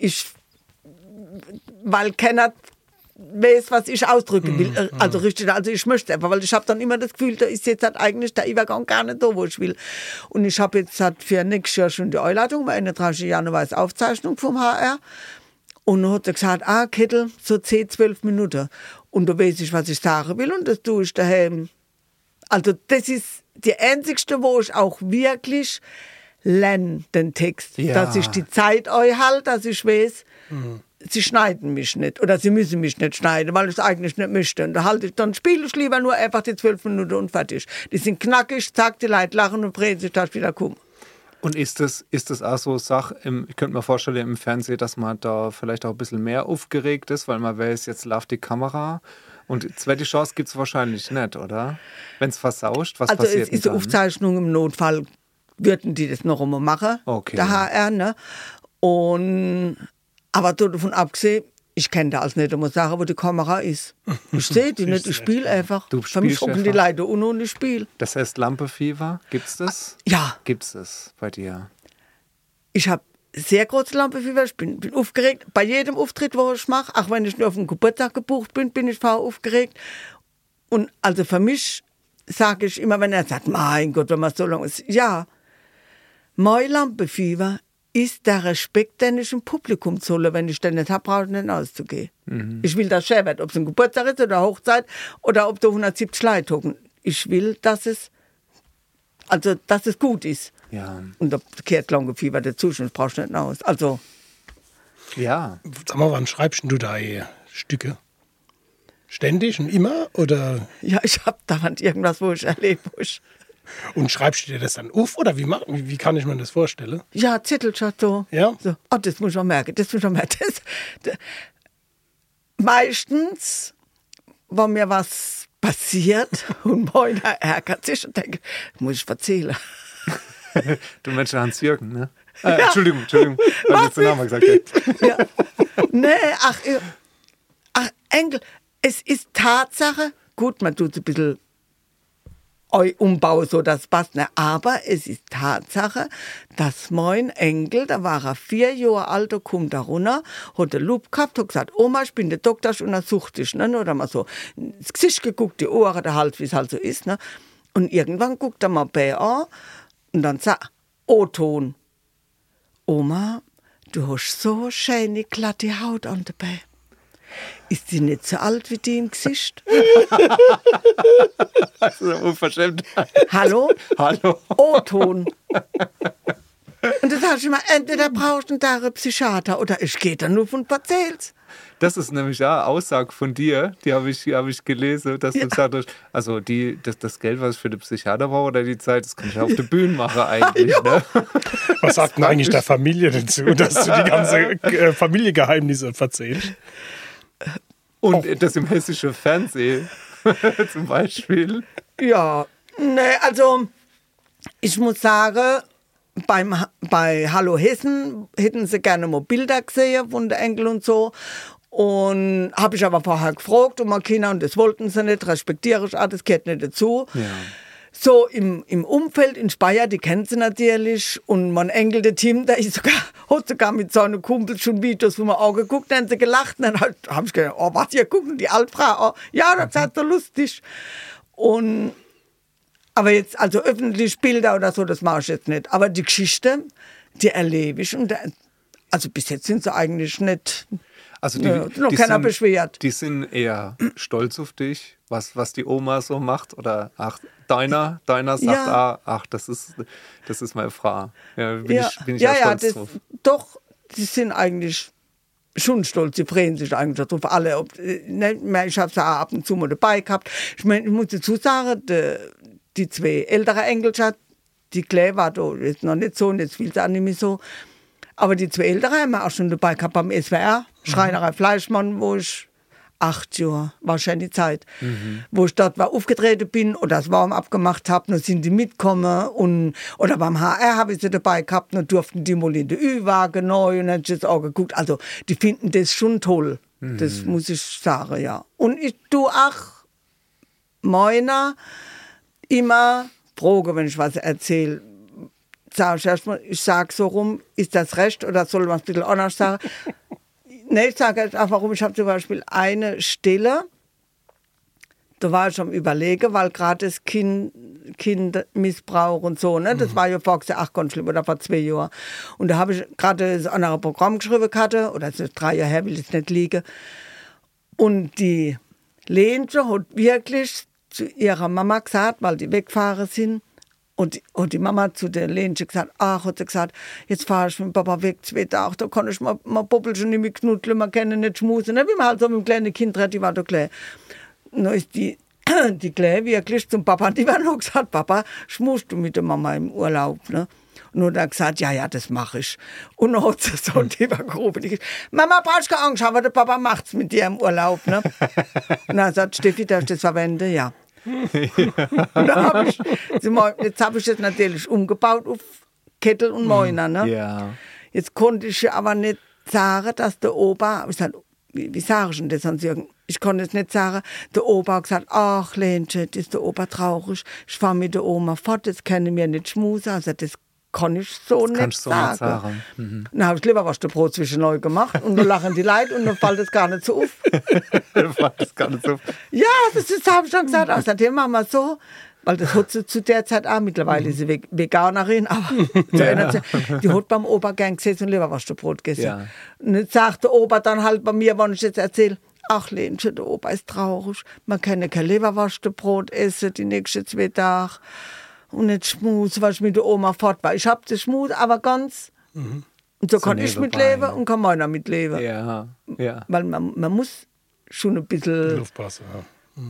S2: Weil keiner weiß, was ich ausdrücken will. Also richtig, also ich möchte einfach, weil ich habe dann immer das Gefühl, da ist jetzt halt eigentlich der Übergang gar nicht da, wo ich will. Und ich habe jetzt halt für nächstes Jahr schon die Einladung, am 31. Januar ist Aufzeichnung vom HR. Und dann hat er gesagt, Kittel, so 10, 12 Minuten. Und da weiß ich, was ich sagen will, und das tue ich daheim. Also das ist die einzigste, wo ich auch wirklich lerne, den Text.
S1: Ja.
S2: Dass ich die Zeit halte, dass ich weiß, sie schneiden mich nicht oder sie müssen mich nicht schneiden, weil ich es eigentlich nicht möchte. Und dann spiele ich lieber nur einfach die 12 Minuten und fertig. Die sind knackig, zack, die Leute lachen und drehen sich, dass ich wieder komme.
S1: Und ist das auch so Sache, ich könnte mir vorstellen im Fernsehen, dass man da vielleicht auch ein bisschen mehr aufgeregt ist, weil man weiß, jetzt läuft die Kamera. Und die zweite Chance gibt es wahrscheinlich nicht, oder? Wenn es versauscht, was passiert dann? Also es ist
S2: eine Aufzeichnung, im Notfall würden die das noch einmal machen,
S1: okay.
S2: Der HR, ne? Aber davon abgesehen, ich kenne da alles nicht, ich muss sagen, wo die Kamera ist. Ich sehe die nicht, ich spiele einfach. Für mich gucken die Leute und ich spiele.
S1: Das heißt Lampenfieber, gibt's das?
S2: Ja.
S1: Gibt's das bei dir?
S2: Ich habe sehr großes Lampenfieber, ich bin aufgeregt. Bei jedem Auftritt, wo ich mache, auch wenn ich nur auf den Geburtstag gebucht bin, bin ich vorher aufgeregt. Und also für mich sage ich immer, wenn er sagt, mein Gott, wenn man so lange ist. Ja, mein Lampenfieber ist der Respekt, den ich im Publikum zolle. Wenn ich den nicht habe, brauche ich nicht auszugehen. Ich will, dass schön wird, ob es ein Geburtstag ist oder Hochzeit oder ob da 170 Leute hocken. Ich will, dass es gut ist.
S1: Ja.
S2: Und da kehrt Lampenfieber dazu, sonst brauchst du nicht aus. Also.
S1: Ja.
S3: Sag mal, wann schreibst du deine Stücke? Ständig und immer? Oder?
S2: Ja, ich habe dauernd irgendwas, wo ich erlebe.
S3: Und schreibst du dir das dann auf oder wie kann ich mir das vorstellen?
S2: Ja, Zettelchen so.
S3: Ja?
S2: So. Oh, das muss man merken, Meistens, wenn mir was passiert und meiner ärgert sich und denkt, muss ich erzählen.
S1: Du Mensch, Hans-Jürgen, ne? Ja. Entschuldigung, weil ich jetzt den Namen gesagt habe.
S2: Ja. Nee, ach, Enkel, es ist Tatsache, gut, man tut es ein bisschen Umbau, so das passt nicht. Aber es ist Tatsache, dass mein Enkel, da war er 4 Jahre alt, kommt da runter, hat den Loop gehabt, hat gesagt, Oma, ich bin der Doktor, ich untersuche dich. Ne? Oder mal so ins Gesicht geguckt, die Ohren, der Hals, wie es halt so ist. Ne? Und irgendwann guckt er mal bei an und dann sagt O-Ton, Oma, du hast so schöne glatte Haut an dabei. ist sie nicht so alt wie die im Gesicht?
S1: Also unverschämt.
S2: Hallo?
S1: Hallo.
S2: O-Ton. Und das heißt immer, entweder brauchst du einen Psychiater oder ich gehe dann nur von erzähl's.
S1: Das ist nämlich eine Aussage von dir, die habe ich gelesen, dass du gesagt hast, also das Geld, was ich für den Psychiater brauche oder die Zeit, das kann ich auf der Bühne machen eigentlich. Ne?
S3: Was sagt denn eigentlich der Familie dazu, dass du die ganze Familiengeheimnisse erzählst?
S1: Und das im hessischen Fernsehen zum Beispiel.
S2: Ja, ne, also ich muss sagen, bei Hallo Hessen hätten sie gerne mal Bilder gesehen von der Enkel und so. Und habe ich aber vorher gefragt und meine Kinder, und das wollten sie nicht, respektiere ich auch, das gehört nicht dazu.
S1: Ja.
S2: So im Umfeld in Speyer, die kennen sie natürlich. Und mein Enkel, der Tim, der ist hat sogar mit seinen Kumpels schon Videos, wo wir auch geguckt haben, sie gelacht. Und dann habe ich gedacht, oh, was, ihr gucken, die Altfrau. Oh, ja, das ist so lustig. Aber jetzt, also öffentlich Bilder oder so, das mache ich jetzt nicht. Aber die Geschichte, die erlebe ich. Und also bis jetzt sind sie eigentlich nicht...
S1: Also
S2: noch keiner beschwert.
S1: Die sind eher stolz auf dich, was die Oma so macht. Oder ach, deiner sagt,
S2: Ja.
S1: ach, das ist meine Frau. Ja, bin ich auch stolz drauf.
S2: Doch, die sind eigentlich schon stolz, sie freuen sich eigentlich darauf. Alle, ich habe es auch ab und zu mal dabei gehabt. Ich muss dazu sagen, die zwei ältere Enkelchen, die Claire war da jetzt noch nicht so und jetzt viel auch nicht mehr so. Aber die zwei Ältere haben wir auch schon dabei gehabt beim SWR, Schreinerei Fleischmann, wo ich 8 Jahre, wahrscheinlich die Zeit, wo ich dort aufgetreten bin oder das Warm-up gemacht habe, dann sind die mitgekommen oder beim HR habe ich sie dabei gehabt, dann durften die mal in der Ü-Wagen neu und dann habe ich jetzt auch geguckt. Also die finden das schon toll, das muss ich sagen, ja. Und ich tue auch meiner immer fragen, wenn ich was erzähle. Ich sage so rum, ist das recht oder soll man es ein bisschen anders sagen? Nee, ich sage jetzt einfach rum, ich habe zum Beispiel eine Stelle, da war ich am Überlegen, weil gerade das Kindmissbrauch und so, ne, das war ja vor 8 ganz schlimm, oder vor 2 Jahren. Und da habe ich gerade das andere Programm geschrieben, oder das ist 3 Jahre her, will ich nicht liegen. Und die Lenche hat wirklich zu ihrer Mama gesagt, weil die weggefahren sind, und die Mama zu der Lenche gesagt, hat sie gesagt, jetzt fahre ich mit Papa weg, 2 Tage, da kann ich mal Poppelchen nicht mehr knuddeln, man kann nicht schmusen, wie man halt so mit dem kleinen Kind redet, die war da klar. Und dann ist die Claire wirklich zum Papa, die war noch gesagt, Papa, schmust du mit der Mama im Urlaub, ne? Und dann hat er gesagt, ja, das mache ich. Und dann hat sie so die gerufen, Mama, brauchst keine Angst haben, der Papa macht's mit dir im Urlaub, ne? Und dann sagt Steffi, darfst du das verwenden? Ja. Und dann jetzt habe ich das natürlich umgebaut auf Kettel und Mäuner, ne?
S1: Ja.
S2: Jetzt konnte ich aber nicht sagen, dass der Opa, ich sag, wie sage ich denn das, Hans-Jürgen? Ich konnte es nicht sagen. Der Opa hat gesagt, ach Lenche, das ist der Opa traurig. Ich fahre mit der Oma fort, das kann mir nicht schmusen. Also das kann ich so das nicht sagen. So nicht sagen. Dann habe ich lieber was der Brot zwischendurch gemacht und dann lachen die Leute und dann fällt das gar nicht so auf. Ja, das habe ich schon gesagt. Außerdem machen wir so, weil das hat sie zu der Zeit auch, mittlerweile ist sie Veganerin, aber die hat beim Opa gern gesessen und Leberwurstbrot gegessen. Ja. Und jetzt sagt der Opa dann halt bei mir, wenn ich jetzt erzähle, ach Lenche, der Opa ist traurig, man kann kein Leberwurstbrot essen die nächsten 2 Tage und nicht schmusen, weil ich mit der Oma fort war. Ich habe das Schmus, aber ganz... Und so kann ich mitleben und kann meiner mitleben.
S1: Ja.
S2: Weil man muss schon ein bisschen...
S3: Aufpassen, ja.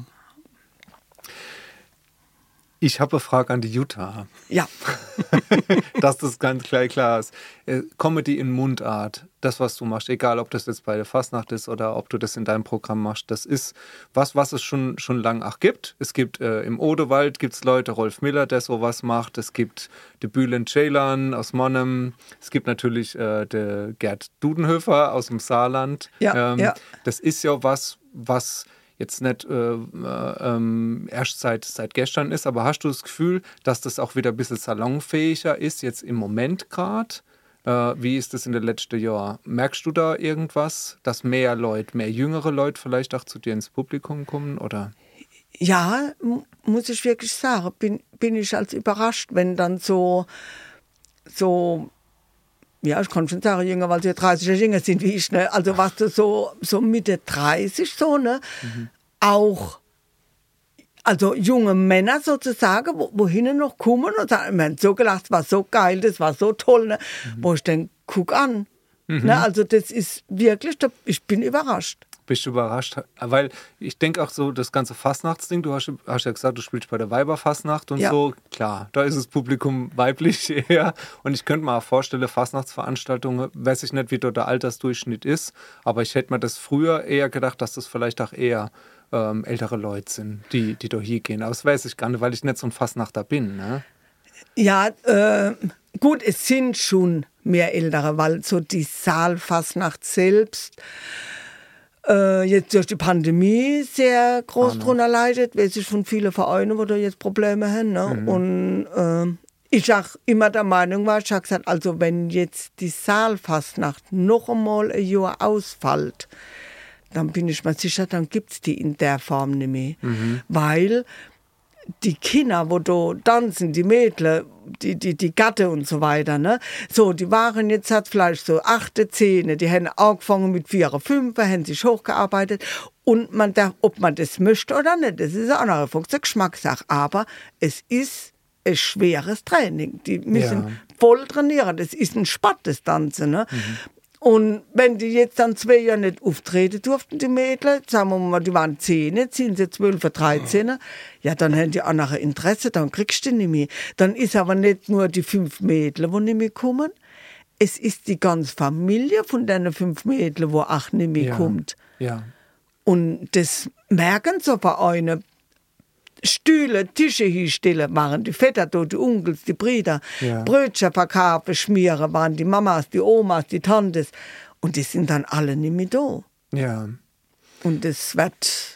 S1: Ich habe eine Frage an die Jutta.
S2: Ja.
S1: Dass das ganz klar ist. Comedy in Mundart, das, was du machst, egal ob das jetzt bei der Fastnacht ist oder ob du das in deinem Programm machst, das ist was es schon lange gibt. Es gibt im Odewald gibt's Leute, Rolf Miller, der sowas macht. Es gibt die Bülent Ceylan aus Monnem. Es gibt natürlich der Gerd Dudenhöfer aus dem Saarland.
S2: Ja,
S1: Das ist ja was jetzt nicht erst seit gestern ist, aber hast du das Gefühl, dass das auch wieder ein bisschen salonfähiger ist, jetzt im Moment gerade? Wie ist das in den letzten Jahren? Merkst du da irgendwas, dass mehr jüngere Leute vielleicht auch zu dir ins Publikum kommen? Oder?
S2: Ja, muss ich wirklich sagen, bin ich als überrascht, wenn dann so ja, ich kann schon sagen, jünger, weil sie 30 Jahre jünger sind wie ich, ne? Also was du so Mitte 30 so, ne? Auch, also junge Männer sozusagen, wo hinten noch kommen und sagen, man hat so gelacht, das war so geil, das war so toll, ne? Wo ich denke, guck an. Ne? Also das ist wirklich, ich bin überrascht.
S1: Bist du überrascht? Weil ich denke auch so, das ganze Fastnachtsding, du hast ja gesagt, du spielst bei der Weiberfastnacht und so. Klar, da ist das Publikum weiblich eher. Und ich könnte mir auch vorstellen, Fastnachtsveranstaltungen, weiß ich nicht, wie dort der Altersdurchschnitt ist, aber ich hätte mir das früher eher gedacht, dass das vielleicht auch eher ältere Leute sind, die da hier gehen. Aber das weiß ich gar nicht, weil ich nicht so ein Fastnachter bin. Ne?
S2: Ja, gut, es sind schon mehr Ältere, weil so die Saalfastnacht selbst jetzt durch die Pandemie sehr groß drunter leidet, weiß ich von vielen Vereinen, wo da jetzt Probleme haben. Ne? Und ich auch immer der Meinung war, ich habe gesagt, also wenn jetzt die Saalfastnacht noch einmal ein Jahr ausfällt, dann bin ich mir sicher, dann gibt es die in der Form nicht mehr. Weil die Kinder, wo da tanzen, die Mädchen, die Gatte und so weiter, ne? So, die waren jetzt halt vielleicht so 8, 10, die haben angefangen mit 4, 5, haben sich hochgearbeitet und man darf, ob man das möchte oder nicht, das ist eine andere Geschmackssache, aber es ist ein schweres Training. Die müssen voll trainieren, das ist ein Sport, das Tanzen, ne? Und wenn die jetzt dann 2 Jahre nicht auftreten durften, die Mädchen, sagen wir mal, die waren 10, jetzt sind sie 12, 13, ja, dann haben die andere Interesse, dann kriegst du nicht mehr. Dann ist aber nicht nur die 5 Mädchen, die nicht mehr kommen, es ist die ganze Familie von den 5 Mädchen, die auch nicht mehr kommt.
S1: Ja.
S2: Und das merken so Vereine. Stühle, Tische hinstellen waren die Väter, die Onkels, die Brüder. Ja. Brötchen verkaufen, schmieren waren die Mamas, die Omas, die Tantes. Und die sind dann alle nicht mehr da.
S1: Ja.
S2: Und es wird,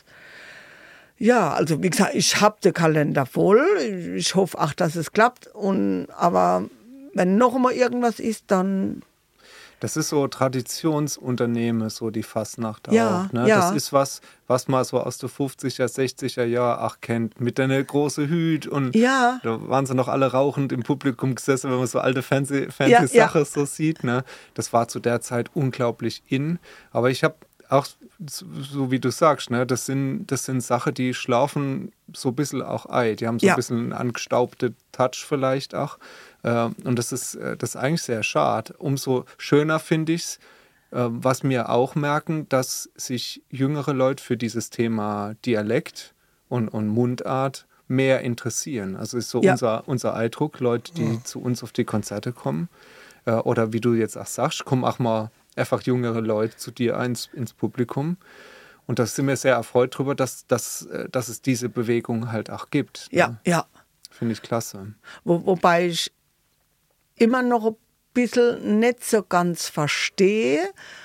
S2: ja, also wie gesagt, ich habe den Kalender voll. Ich hoffe auch, dass es klappt. Aber wenn noch mal irgendwas ist, dann...
S1: Das ist so Traditionsunternehmen, so die Fastnacht
S2: ja,
S1: auch. Ne?
S2: Ja.
S1: Das ist was man so aus den 50er, 60er Jahren auch kennt, mit einer großen Hüt und da waren sie noch alle rauchend im Publikum gesessen, wenn man so alte Fernsehsachen so sieht. Ne? Das war zu der Zeit unglaublich in. Aber ich habe auch, so wie du sagst, ne, das sind Sachen, die schlafen so ein bisschen auch ein. Die haben so ein bisschen einen angestaubten Touch vielleicht auch. Und das ist eigentlich sehr schade. Umso schöner finde ich es, was wir auch merken, dass sich jüngere Leute für dieses Thema Dialekt und Mundart mehr interessieren. Also ist so unser Eindruck, Leute, die zu uns auf die Konzerte kommen. Oder wie du jetzt auch sagst, kommen auch mal einfach jüngere Leute zu dir ins Publikum. Und da sind wir sehr erfreut drüber, dass es diese Bewegung halt auch gibt.
S2: Ja,
S1: Ne?
S2: ja.
S1: Finde ich klasse.
S2: Wobei ich immer noch ein bisschen nicht so ganz verstehe,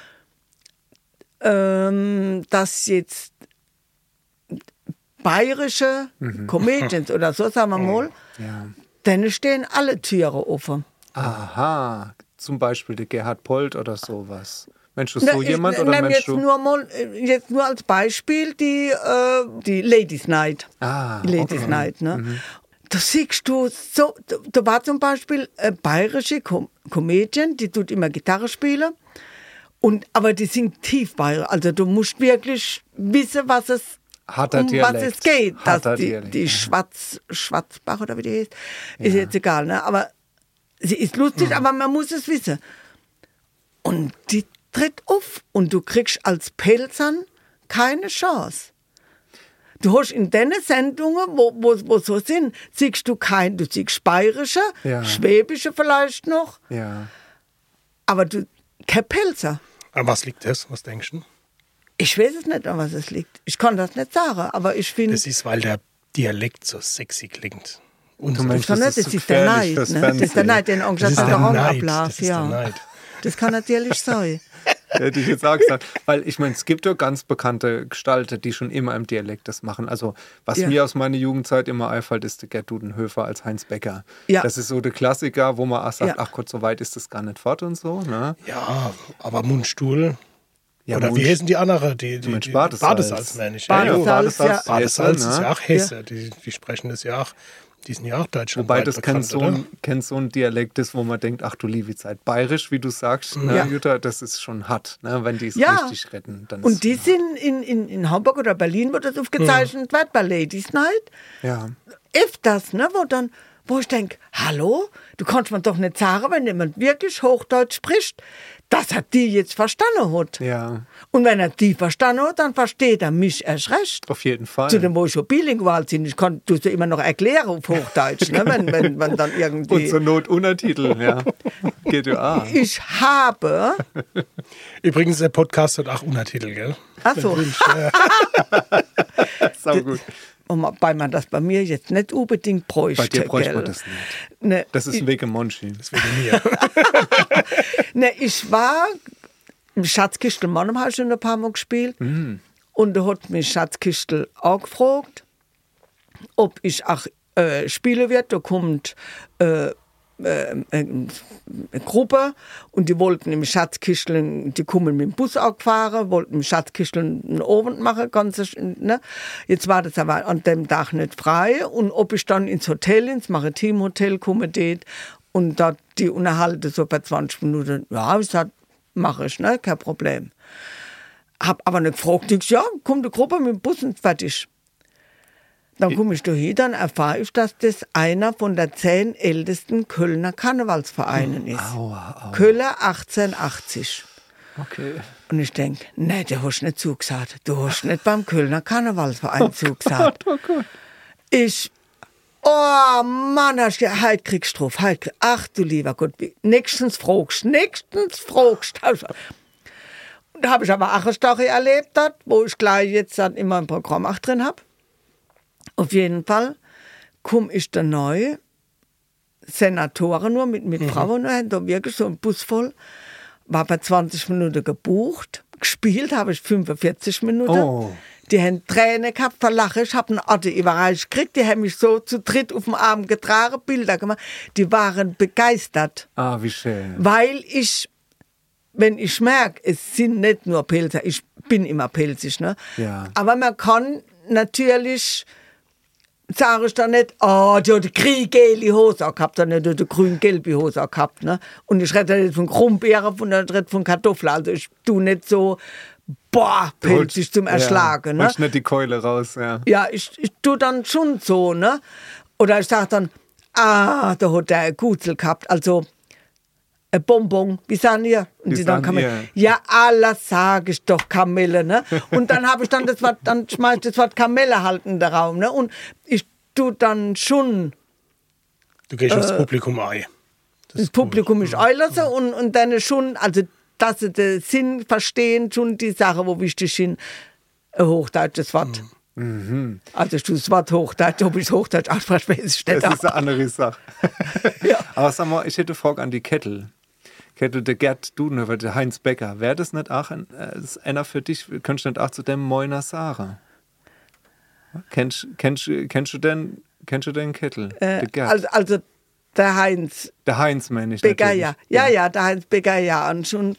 S2: dass jetzt bayerische Comedians oder so, sagen wir mal, denen stehen alle Türen offen.
S1: Aha, zum Beispiel der Gerhard Polt oder sowas. Mensch, ist so jemand oder Mensch,
S2: jetzt nur als Beispiel die Ladies Night.
S1: Ladies
S2: Night, ne? Da siehst du so, da war zum Beispiel eine bayerische Comedian, die tut immer Gitarre spielen, aber die singt tief bayerisch. Also du musst wirklich wissen, was es geht. Dass die Schwarzbach oder wie die heißt, ist jetzt egal, ne? Aber sie ist lustig, aber man muss es wissen. Und die tritt auf und du kriegst als Pelzern keine Chance. Du hast in den Sendungen, wo so sind, siehst du siehst bayerische, schwäbische vielleicht noch, aber du kein Pelzer.
S3: An was liegt das? Was denkst du?
S2: Ich weiß es nicht, an was es liegt. Ich kann das nicht sagen, aber ich finde...
S3: Das ist, weil der Dialekt so sexy klingt.
S1: Und du meinst,
S2: das ist der Neid. Das ist der Neid, den
S3: Restaurant-Ablauf.
S2: Das kann natürlich sein.
S1: Hätte ich jetzt auch gesagt. Weil ich meine, es gibt ja ganz bekannte Gestalten, die schon immer im Dialekt das machen. Also was mir aus meiner Jugendzeit immer einfällt, ist der Gerd Dudenhöfer als Heinz Becker. Ja. Das ist so der Klassiker, wo man auch sagt, ach Gott, so weit ist das gar nicht fort und so. Ne?
S3: Ja, aber Mundstuhl... Ja, oder wie heißen die andere? Die Badesalz, meine ich.
S2: Badesalz
S3: ist ja auch Hesse. Die sprechen das ja auch Die sind ja auch Deutschland.
S1: Wobei das kein so ein Dialekt ist, wo man denkt, ach du liebe Zeit. Bayerisch, wie du sagst, ne, Jutta, das ist schon hart, ne, wenn die es richtig retten. Dann
S2: und die sind in Hamburg oder Berlin, wo das aufgezeichnet wird, bei Ladies Night.
S1: Ja.
S2: Öfters, ne, wo ich denke, hallo, du kannst mir doch nicht sagen, wenn jemand wirklich Hochdeutsch spricht, dass er die jetzt verstanden hat.
S1: Ja.
S2: Und wenn er die verstanden hat, dann versteht er mich erst recht.
S1: Auf jeden Fall.
S2: Zu dem, wo ich schon bilingual bin. Ich kann es immer noch erklären auf Hochdeutsch, ne, wenn dann irgendwie...
S1: Und zur Not Untertitel, ja. Geht ja auch.
S2: Ich habe...
S3: Übrigens, der Podcast hat auch Untertitel, gell?
S2: Ach so.
S1: Sau gut.
S2: Wobei man das bei mir jetzt nicht unbedingt bräuchte.
S1: Bei dir bräuchte man
S2: gell?
S1: das nicht.
S2: Ne,
S1: Das ist wegen Monchi.
S3: Das wegen mir.
S2: ne, ich war im Schatzkistel Mannheim, habe ich schon ein paar Mal gespielt. Und da hat mich Schatzkistel auch gefragt, ob ich auch spielen werde. Da kommt eine Gruppe und die wollten im Schatzkistel, die kommen mit dem Bus auch gefahren, wollten im Schatzkistel einen Abend machen. Ne? Jetzt war das aber an dem Tag nicht frei und ob ich dann ins Hotel, ins Maritimhotel komme dort und dort die unterhalte so bei 20 Minuten, ja, ich sag, mache ich, ne? Kein Problem. Hab aber nicht gefragt, ich, ja, kommt die Gruppe mit dem Bus und fertig. Dann komme ich da hin, dann erfahre ich, dass das einer von der 10 ältesten Kölner Karnevalsvereinen ist.
S1: Aua.
S2: Kölner 1880.
S1: Okay.
S2: Und ich denke, nee, du hast nicht zugesagt. Du hast nicht beim Kölner Karnevalsverein zugesagt.
S1: Oh Gott.
S2: Oh Mann, heute kriegst du drauf. Ach du lieber Gott, nächstens fragst. Und da habe ich aber auch eine Story erlebt, dort, wo ich gleich jetzt dann immer ein Programm auch drin habe. Auf jeden Fall komme ich da neu, Senatoren nur mit Frauen, da wirklich so ein Bus voll, war bei 20 Minuten gebucht, gespielt habe ich 45 Minuten.
S1: Oh.
S2: Die haben Tränen gehabt, verlachen, ich habe einen Ort überreicht gekriegt, die haben mich so zu dritt auf dem Arm getragen, Bilder gemacht, die waren begeistert.
S1: Ah, wie schön.
S2: Weil wenn ich merke, es sind nicht nur Pilze, ich bin immer pilzig, ne?
S1: Ja.
S2: Aber man kann natürlich, sage ich dann nicht, oh, die hat eine grün-gelbe Hose gehabt, sondern die hat eine grün-gelbe Hose gehabt, ne? Und ich rede nicht von Krummbeeren, sondern ich rede von Kartoffeln, also ich tue nicht so, pilzig zum Erschlagen, ne?
S1: Holst nicht die Keule raus, ja.
S2: Ja, ich tue dann schon so, ne? Oder ich sage dann, da hat der ein Gutzel gehabt, also ein Bonbon, wie sagen ihr? Und die dann Kamelle. Ja, alles sage ich doch, Kamelle, ne? Und dann habe ich dann das Wort, dann schmeiß ich das Wort Kamelle halt in den Raum, ne? Und ich tue dann schon.
S3: Du gehst aufs Publikum ein.
S2: Das Publikum ist einlassen und dann schon, also dass sie den Sinn verstehen, schon die Sache, wo wichtig sind, ein hochdeutsches Wort. Also ich tue das Wort Hochdeutsch, ob ich es Hochdeutsch ausspreche, weiß ich nicht.
S1: Das ist eine andere Sache.
S2: Ja.
S1: Aber sag mal, ich hätte eine Frage an die Kettel, der Gerd Dudenhöfer, der Heinz Becker. Wäre das nicht auch einer für dich? Könntest du nicht auch zu dem Moiner sagen? Kennst du den Kettel? Der Gerd?
S2: Also der Heinz.
S1: Der Heinz meine ich
S2: Becker,
S1: natürlich.
S2: ja, der Heinz Becker, ja. Und schon.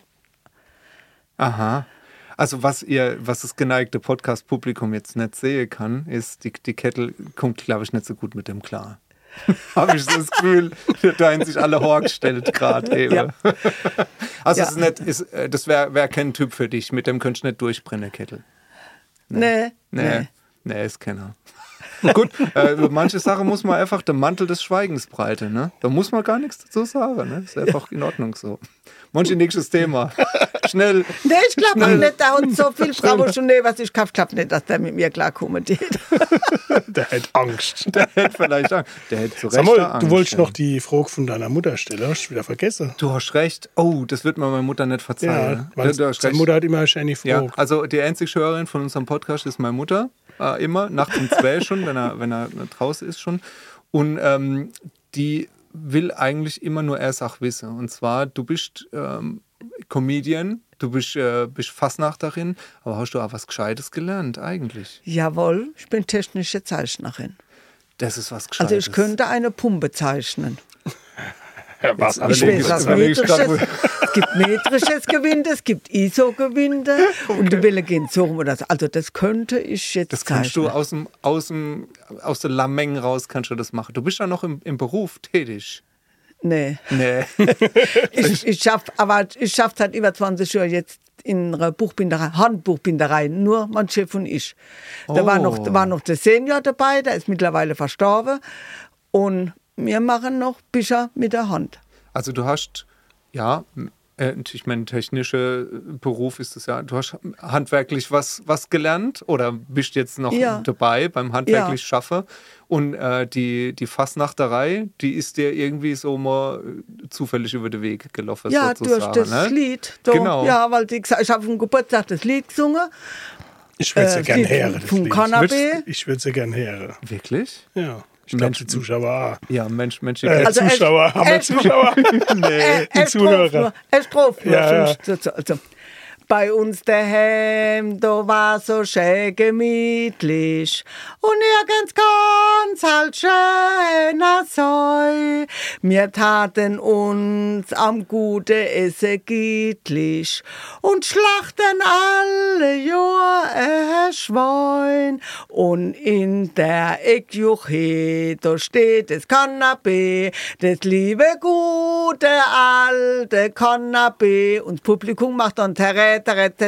S1: Aha. Also was das geneigte Podcast-Publikum jetzt nicht sehen kann, ist, die Kettel kommt, glaube ich, nicht so gut mit dem klar. Habe ich so das Gefühl, da haben sich alle vorgestellt gerade.
S2: Ja.
S1: Also
S2: Ja.
S1: das wäre kein Typ für dich, mit dem könntest du nicht durchbrennen, Kettel.
S2: Nee.
S1: ist keiner. Gut, manche Sachen muss man einfach den Mantel des Schweigens breiten, ne? Da muss man gar nichts dazu sagen, ne? Ist einfach in Ordnung so. Manche nächstes Thema. Schnell.
S2: Nee, ich glaube auch nicht, da hat so viel Frau schon, was ich glaube nicht, dass der mit mir klar kommentiert.
S3: Der hat Angst.
S1: Der hätte vielleicht Angst. Der hätte zu
S3: Sag
S1: Recht
S3: mal,
S1: Angst.
S3: du wolltest
S1: ja.
S3: noch die Frage von deiner Mutter stellen, hast du wieder vergessen.
S1: Du hast recht. Oh, das wird mir meine Mutter nicht verzeihen.
S3: Ja, weil
S1: du hast
S3: deine
S1: recht.
S3: Mutter hat immer eine Frage.
S1: Ja, also die einzige Hörerin von unserem Podcast ist meine Mutter. Immer, nachts um 2 schon, wenn er draußen ist schon. Und die will eigentlich immer nur eine Sache wissen. Und zwar, du bist Comedian, du bist Fasnachterin, aber hast du auch was Gescheites gelernt eigentlich?
S2: Jawohl, ich bin technische Zeichnerin.
S1: Das ist was Gescheites.
S2: Also ich könnte eine Pumpe zeichnen.
S3: Ja, was
S2: Ich weiß, was metrisches. Es gibt metrisches Gewinde, es gibt ISO-Gewinde und die Welle gehen so rum oder so. Also das könnte ich jetzt
S1: Das kannst du
S2: zeichnen.
S1: aus der Lameng raus kannst du das machen. Du bist ja noch im Beruf tätig.
S2: Nee.
S1: Nee.
S2: Ich schaffe seit über 20 Jahren jetzt in einer Buchbinderei, Handbuchbinderei, nur mein Chef und ich. Da war noch der Senior dabei, der ist mittlerweile verstorben. Und wir machen noch Bücher mit der Hand.
S1: Also du hast, ja, ich meine, technischer Beruf ist es ja, du hast handwerklich was gelernt oder bist jetzt noch dabei beim handwerklich Schaffen und die Fasnachterei, die ist dir irgendwie so mal zufällig über den Weg gelaufen, sozusagen.
S2: Ja, durch das Lied. Da,
S1: genau.
S2: Ja, weil ich habe vom Geburtstag das Lied gesungen.
S3: Ich würde es gerne hören.
S2: Vom Kanapé.
S3: Ich würde es gerne hören.
S1: Wirklich?
S3: Ja. Ich glaube, die Zuschauer.
S1: Ja, Mensch.
S2: Also
S3: Zuschauer, haben wir Zuschauer?
S1: Nee.
S3: Die Zuhörer.
S2: Er Strophe nur.
S3: Ja.
S2: Also, bei uns daheim, da war so schön gemütlich und nirgends ganz halt schöner Säu. Wir taten uns am gute Essen gütlich und schlachten alle Jahr Schwein. Und in der Eckjuche, da steht das Kanapé, das liebe gute alte Kanapé. Und das Publikum macht dann das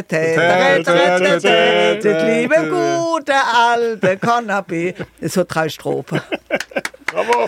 S2: liebe gute alte Kanapé. Das hat 3 Strophen.
S3: Bravo.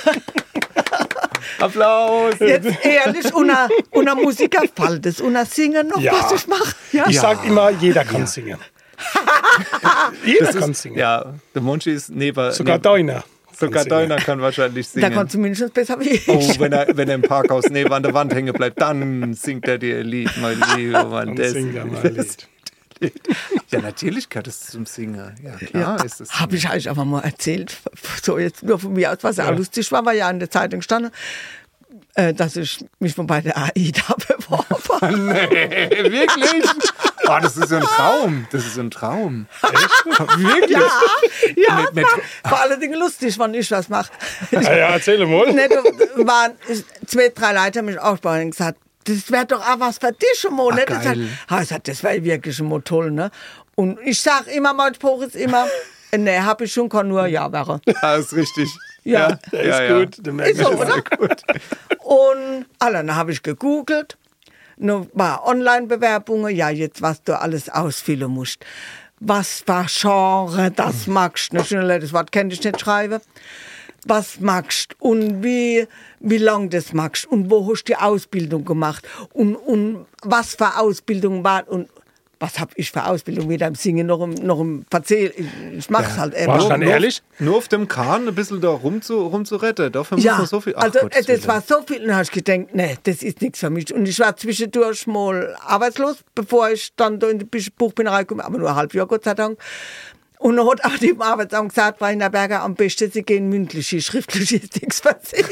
S1: Applaus!
S2: Jetzt ehrlich, unter Musiker fällt es, unter Singen noch,
S3: Ja.
S2: was ich mache. Ja.
S3: Ich sage immer, jeder kann singen. Jeder kann singen.
S1: Ja, der Monchi ist
S3: Sogar Deuner.
S1: Sogar Deuner kann wahrscheinlich singen.
S2: Der kann zumindest besser wie ich.
S1: Oh, wenn er im Parkhaus neben an der Wand hängen bleibt, dann singt er dir ein Lied, mein Lieber Mann.
S3: Dann singt er mal ein Lied.
S1: Ja, natürlich gehört es zum Singen. Ja, klar ist es.
S2: Habe ich eigentlich einfach mal erzählt, so jetzt nur von mir aus, was auch lustig war, weil ja in der Zeitung stand, dass ich mich von bei der AIDA beworben habe.
S1: Nee, wirklich? Oh, das ist so ein Traum. Das ist so ein Traum. Echt? Wirklich?
S2: Ja, vor allen Dingen lustig, wenn ich was mache.
S3: Ja, erzähl mal.
S2: Ne, da waren 2, 3 Leute, haben mich aufgebaut und gesagt, das wäre doch auch was für dich, Mo. Ne?
S1: Geil.
S2: Das wäre wirklich immer toll. Ne? Und ich sage immer, mein Spruch ist immer, ne, habe ich schon, kann nur ja wäre.
S1: Ja, ist richtig.
S2: Ja.
S3: Der ist gut. Der merkt
S2: Ist so,
S3: sich
S2: oder?
S1: Gut.
S2: Und dann habe ich gegoogelt, noch war Online-Bewerbungen, ja, jetzt was du alles ausfüllen musst. Was war Genre, das magst du. Das Wort kann ich nicht schreiben. Was magst und wie lang das magst und wo hast du die Ausbildung gemacht und was für Ausbildung war und was habe ich für Ausbildung weder im Singen noch im Verzählen. Ich mach's halt einfach.
S3: Warst du dann ehrlich?
S1: Nur auf dem Kahn ein bisschen da rumzuretten. Dafür muss man so viel. Ach,
S2: also
S1: Gottes
S2: das
S1: Willen.
S2: war so viel, und dann habe ich gedacht, nee, das ist nichts für mich. Und ich war zwischendurch mal arbeitslos, bevor ich dann da in die Buchbinderei komme, aber nur ein halbes Jahr, Gott sei Dank. Und dann hat auch die im Arbeitsamt gesagt, Frau Berger, am besten Sie gehen mündlich, schriftlich ist nichts passiert.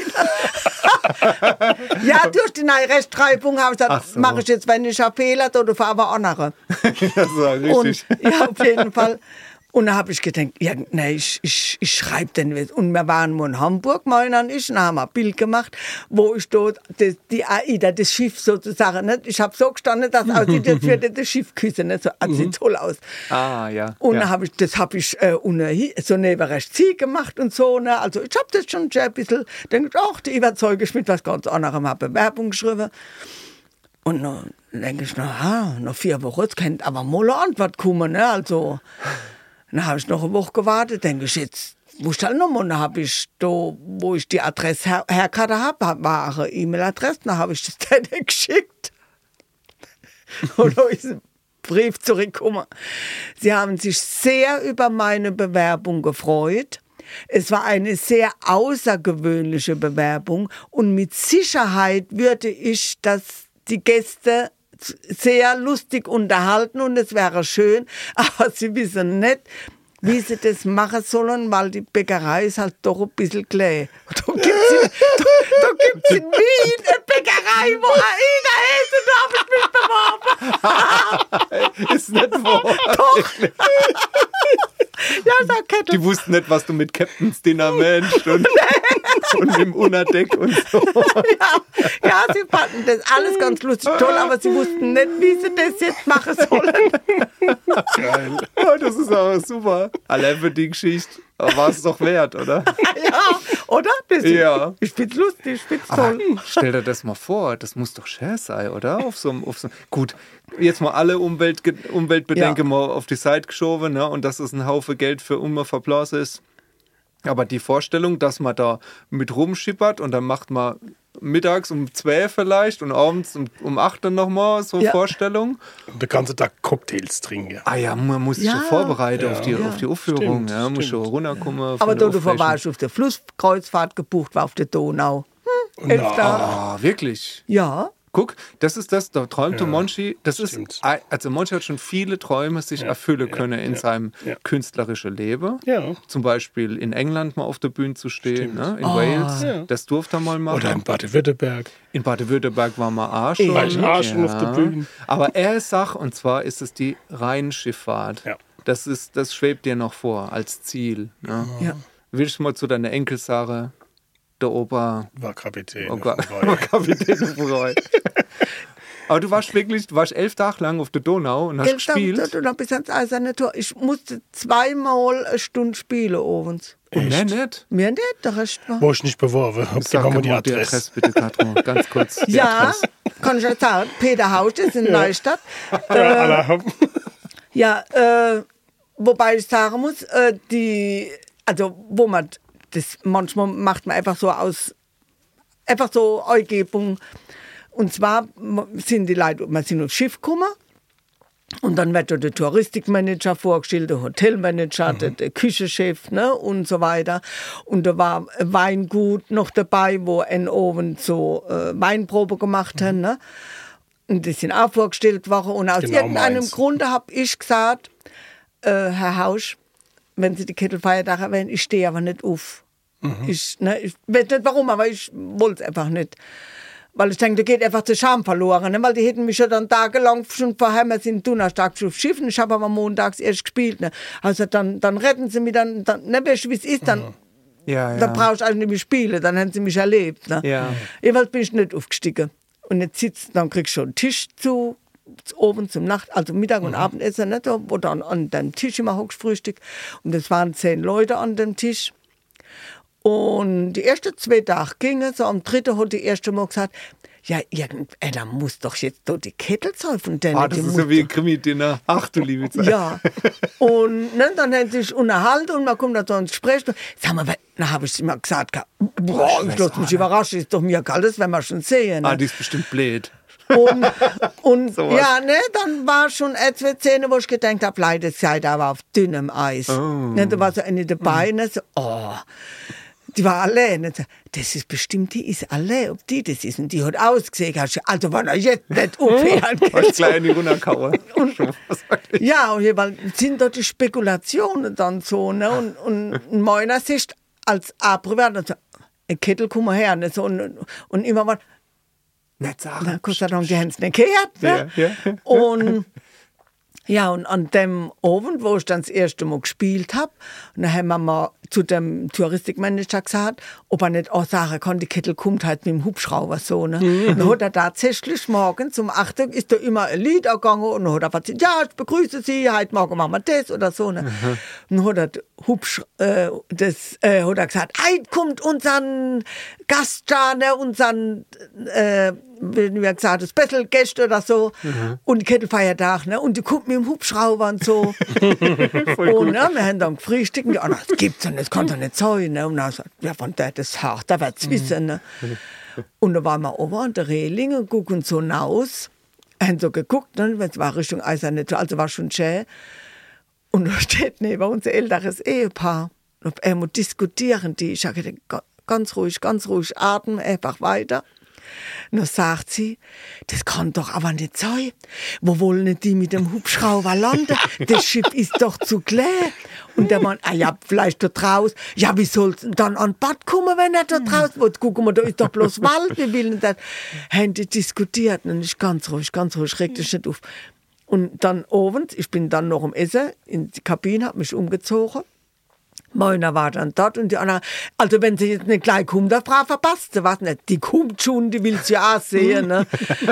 S2: Ja, durch die neue Rechtschreibung habe ich gesagt,
S1: So.
S2: mache ich jetzt, wenn ich einen Fehler oder für aber andere.
S1: Das war richtig.
S2: Und ja, auf jeden Fall. Und dann habe ich gedacht, ja, nee, ich schreibe den was. Und wir waren mal in Hamburg, meiner und ich, und haben ein Bild gemacht, wo ich dort die AIDA, das Schiff sozusagen, nicht? Ich habe so gestanden, dass aussieht, als würde das Schiff küssen. Nicht? So, das sieht toll aus.
S1: Ah, ja.
S2: Und
S1: ja.
S2: dann habe ich, das habe ich so neben rechts hier gemacht und so. Ne? Also ich habe das schon ein bisschen, denke ich, ach, die überzeuge ich mit was ganz anderem, habe Bewerbung geschrieben. Und dann denke ich, noch 4 Wochen, jetzt könnte aber mal eine Antwort kommen. Ne? Also, dann habe ich noch eine Woche gewartet, denke ich, jetzt muss ich halt nochmal. Und dann habe ich da, wo ich die Adresse herkarte habe, war eine E-Mail-Adresse, dann habe ich das denen geschickt. Und da ist ein Brief zurückgekommen. Sie haben sich sehr über meine Bewerbung gefreut. Es war eine sehr außergewöhnliche Bewerbung und mit Sicherheit würde ich die Gäste sehr lustig unterhalten und es wäre schön, aber sie wissen nicht, wie sie das machen sollen, weil die Bäckerei ist halt doch ein bisschen klein. Da gibt's in Wien eine Bäckerei, wo AIDA ist und da habe ich mich beworben.
S1: Ist nicht wahr.
S2: Doch. Ja, da
S1: Die wussten nicht, was du mit Captain's Dinner Mensch und und im Unterdeck und so.
S2: Ja, sie fanden das alles ganz lustig, toll, aber sie wussten nicht, wie sie das jetzt machen sollen.
S3: Geil.
S1: Ja, das ist aber super. Allein für die Geschichte war es doch wert, oder?
S2: Ja, oder? Das
S1: Ja.
S2: Ich find's lustig, ich find's
S1: Aber
S2: toll.
S1: stell dir das mal vor, das muss doch schön sein, oder? Gut, jetzt mal alle Umweltbedenken mal auf die Seite geschoben, ne? Und dass es ein Haufen Geld für immer verblasen ist. Aber die Vorstellung, dass man da mit rumschippert und dann macht man mittags um 12 vielleicht und abends um 8 dann nochmal so Vorstellung.
S3: Und den ganzen Tag Cocktails trinken.
S1: Ah ja, man muss sich schon vorbereiten auf die Aufführung.
S3: Stimmt,
S1: Ja, muss schon runterkommen.
S2: Aber da du warst auf der Flusskreuzfahrt gebucht, war auf der Donau. 11 Tage.
S1: Ah, wirklich?
S2: Ja.
S1: Guck, das ist das, da träumte Monchi,
S3: stimmt.
S1: also Monchi hat schon viele Träume sich erfüllen können in seinem künstlerischen Leben.
S3: Ja.
S1: Zum Beispiel in England mal auf der Bühne zu stehen, ne? In Wales, das durfte er mal machen.
S3: Oder in Baden-Württemberg.
S1: In Baden-Württemberg war man auch schon.
S3: War ich auch schon auf der Bühne.
S1: Aber er sagt, und zwar ist es die Rheinschifffahrt.
S3: Ja.
S1: Das schwebt dir noch vor als Ziel. Ne?
S2: Ja.
S1: Willst du mal zu deiner Enkel sagen, der Opa
S3: War Kapitän.
S1: war Kapitän Roy. Aber du warst 11 Tage lang auf der Donau und hast
S2: 11 Tage
S1: gespielt.
S2: und dann bis ans Eiserne Tor. Ich musste 2-mal eine Stunde spielen abends.
S1: Und mehr nicht.
S2: Mir nicht, der Rest war.
S3: Wo ich nicht beworben habe. Gib mal die Adresse.
S1: Bitte, Katrin, ganz kurz. Die
S2: Ja,
S1: Adresse.
S2: kann ich euch sagen. Peter Haus ist in Neustadt.
S3: Alle haben.
S2: Ja, wobei ich sagen muss, wo man das manchmal macht man einfach so Eingebung. Und zwar sind die Leute, man sind aufs Schiff gekommen und dann wird der Touristikmanager vorgestellt, der Hotelmanager, der Küchenchef, ne, und so weiter. Und da war ein Weingut noch dabei, wo ein Ofen so Weinprobe gemacht haben, ne. Und die sind auch vorgestellt worden. Und aus irgendeinem Grunde habe ich gesagt, Herr Hausch, wenn Sie die Kettelfeiertage erwähnen, ich stehe aber nicht auf. Ich weiß nicht warum, aber ich wollte es einfach nicht. Weil ich denke, da geht einfach der Charme verloren. Ne? Weil die hätten mich ja dann tagelang schon vorher, wir sind donnerstags auf Schiffen, ich habe aber montags erst gespielt. Ne? Also dann retten sie mich, dann ne, weißt du, wie es ist, dann brauche ich eigentlich nicht mehr spielen, dann haben sie mich erlebt. Ne?
S1: Ja.
S2: Jedenfalls bin ich nicht aufgestiegen. Und jetzt dann kriegst du schon einen Tisch zu oben zum Nacht, also Mittag- und Abendessen, ne, wo dann an dem Tisch immer hockst Frühstück. Und es waren 10 Leute an dem Tisch. Und die ersten 2 Tage gingen, so am 3. hat die erste Mal gesagt, ja, irgendeiner muss doch jetzt da die Kettel säufen.
S1: Das ist ja wie ein Krimi-Dinner. Ach du liebe Zeit.
S2: Ja. Und ne, dann haben sie sich unterhalten und man kommt da so ins Gespräch. Sag mal, dann habe ich immer gesagt, boah, ich lasse mich überraschen, ist doch mir kalt, das werden wir schon sehen. Ne?
S1: Die ist bestimmt blöd.
S2: Und ja, ne, dann war schon etwa 10, wo ich gedacht habe, leider sei da aber auf dünnem Eis. Ne, da war so eine dabei, ne, so, die war allein. Das ist bestimmt, die ist allein, ob die das ist. Und die hat ausgesehen, also wenn er jetzt nicht aufhören kann.
S1: Als kleine Runterkauer.
S2: Ja, und jeweils sind da die Spekulationen dann so, ne, und meiner Sicht als A-Privat, so, ein Kettel, komm mal her, ne, so, und immer mal,
S1: nicht sagen.
S2: na, Gott sei Dank, die haben es nicht gehört. Ne?
S1: Ja.
S2: Und ja, und an dem Abend, wo ich dann das erste Mal gespielt habe, dann haben wir mal zu dem Touristikmanager gesagt, ob er nicht auch sagen kann, die Kettel kommt halt mit dem Hubschrauber so. Ne? Dann hat er tatsächlich morgens um 8 Uhr ist da immer ein Lied gegangen und dann hat er gesagt, ja, ich begrüße Sie, heute Morgen machen wir das oder so. Ne? Dann hat er hat er gesagt, heute kommt unseren Gast da, ne, unseren wie wir gesagt, Special Gäste oder so. Und die Kettelfeiertag, ne? Und die kommt mit dem Hubschrauber und so. Und ne, wir haben dann gefrühstückt. Und das gibt's ja nicht, das kann doch nicht sein. Ne? Und dann sagt, ja, von der das hart, da wird's wissen. Ne? Und da waren wir oben an der Reling und gucken so hinaus. Haben so geguckt, ne? Es war Richtung Eiserne Tor, also war schon schön. Und da steht neben uns ein älteres Ehepaar. Und auf einmal diskutieren die. Ich habe gedacht, ganz ruhig, atmen einfach weiter. Dann sagt sie, das kann doch aber nicht sein. Wo wollen die mit dem Hubschrauber landen? Das Schiff ist doch zu klein. Und der Mann, ja, vielleicht da draußen. Ja, wie soll es dann an Bord kommen, wenn er da draußen will? Guck mal, da ist doch bloß Wald. Wir wollen das. Haben die diskutiert. Und ich ganz ruhig, reg dich nicht auf. Und dann abends, ich bin dann noch am Essen in die Kabine, habe mich umgezogen. Meiner war dann dort und die anderen, also wenn sie jetzt nicht gleich kommt, da verpasst sie was nicht. Die kommt schon, die will sie ja auch sehen. Ne?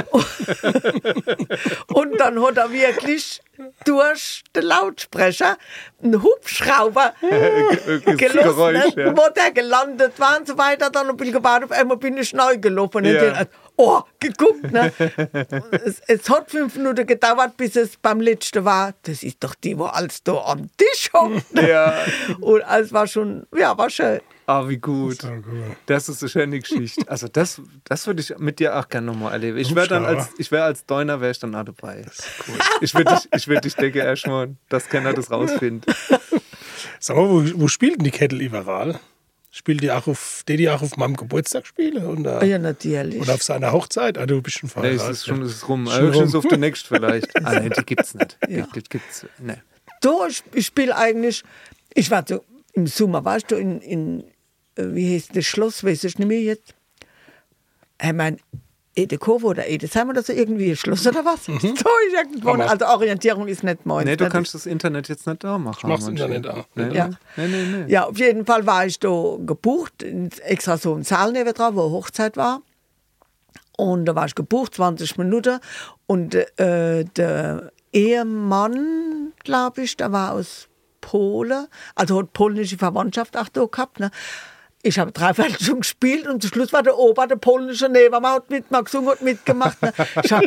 S2: Und dann hat er wirklich durch den Lautsprecher einen Hubschrauber gelassen, wo der gelandet war und so weiter. Dann bin ich gewartet, auf einmal bin ich neu gelaufen. Und oh, geguckt. Ne? Es hat 5 Minuten gedauert, bis es beim letzten war. Das ist doch die, wo alles da am Tisch hockt. Ne? Ja. Und es war schon, ja, war schön.
S1: Ah, wie gut. Das ist eine schöne Geschichte. Also das würde ich mit dir auch gerne nochmal erleben. Ich wäre als Deuner, wäre ich dann auch dabei. Cool. Ich würde dich denken, erstmal, dass keiner das rausfindet.
S3: Sag mal, wo spielt denn die Kettel überall? Spielt die auch auf meinem Geburtstag spielen? Oder?
S2: Ja, natürlich.
S3: Oder auf seiner Hochzeit? Du bist schon verheiratet.
S1: Nee, es ist rum. Höchstens auf der nächsten vielleicht. Nein, die gibt's nicht.
S2: Ja.
S1: Die gibt's, nee.
S2: Ich spiele eigentlich, ich war so, im Sommer warst du in wie heißt das Schloss, weiß ich nicht mehr jetzt. Ich meine, Edekovo oder Edesheim oder so, irgendwie ein Schloss oder was? So, also Orientierung ist nicht meins.
S1: Nee, du kannst das Internet jetzt nicht da machen.
S3: Ich mach's Internet auch.
S1: Nee.
S2: Ja.
S1: Nee.
S2: Ja, auf jeden Fall war ich da gebucht, extra so im Saal neben dran, wo Hochzeit war. Und da war ich gebucht, 20 Minuten. Und der Ehemann, glaube ich, der war aus Polen, also hat polnische Verwandtschaft auch da gehabt. Ne? Ich habe 3 Viertel schon gespielt und zum Schluss war der Opa, der polnische Nebenmann, hat gesungen, hat mitgemacht. Ne?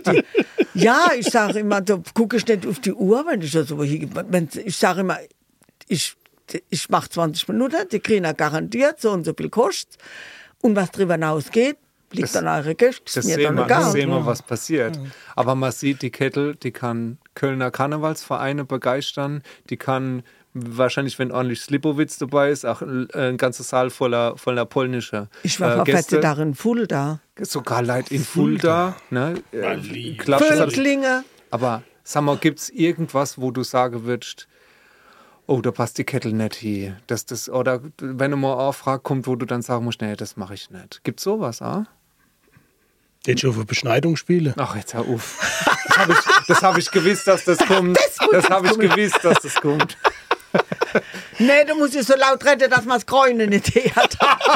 S2: Ich sage immer, da gucke ich nicht auf die Uhr, wenn ich da so ich sage immer, ich mache 20 Minuten, die kriegen ja garantiert, so und so viel kostet. Und was darüber hinausgeht, liegt an eure Gäste.
S1: Das sehen wir, was passiert. Aber man sieht, die Kettel, die kann Kölner Karnevalsvereine begeistern, die kann wahrscheinlich, wenn ordentlich Slipowitz dabei ist, auch ein ganzer Saal voller polnischer
S2: Ich war
S1: Gäste.
S2: darin in Fulda.
S1: Sogar Leute in Fulda. Ne?
S2: Völklinge.
S1: Aber sag mal, gibt es irgendwas, wo du sagen würdest, oh, da passt die Kettel nicht hier. Oder wenn du mal eine Frage kommt, wo du dann sagen musst, nee, das mache ich nicht. Gibt es sowas,
S3: Jetzt schon für Beschneidung spielen?
S1: Ach, jetzt hör auf. Das hab ich gewusst, dass das kommt. Das habe ich gewusst, dass das kommt.
S2: Nee, du musst es so laut reden, dass man das Kräunen nicht hört.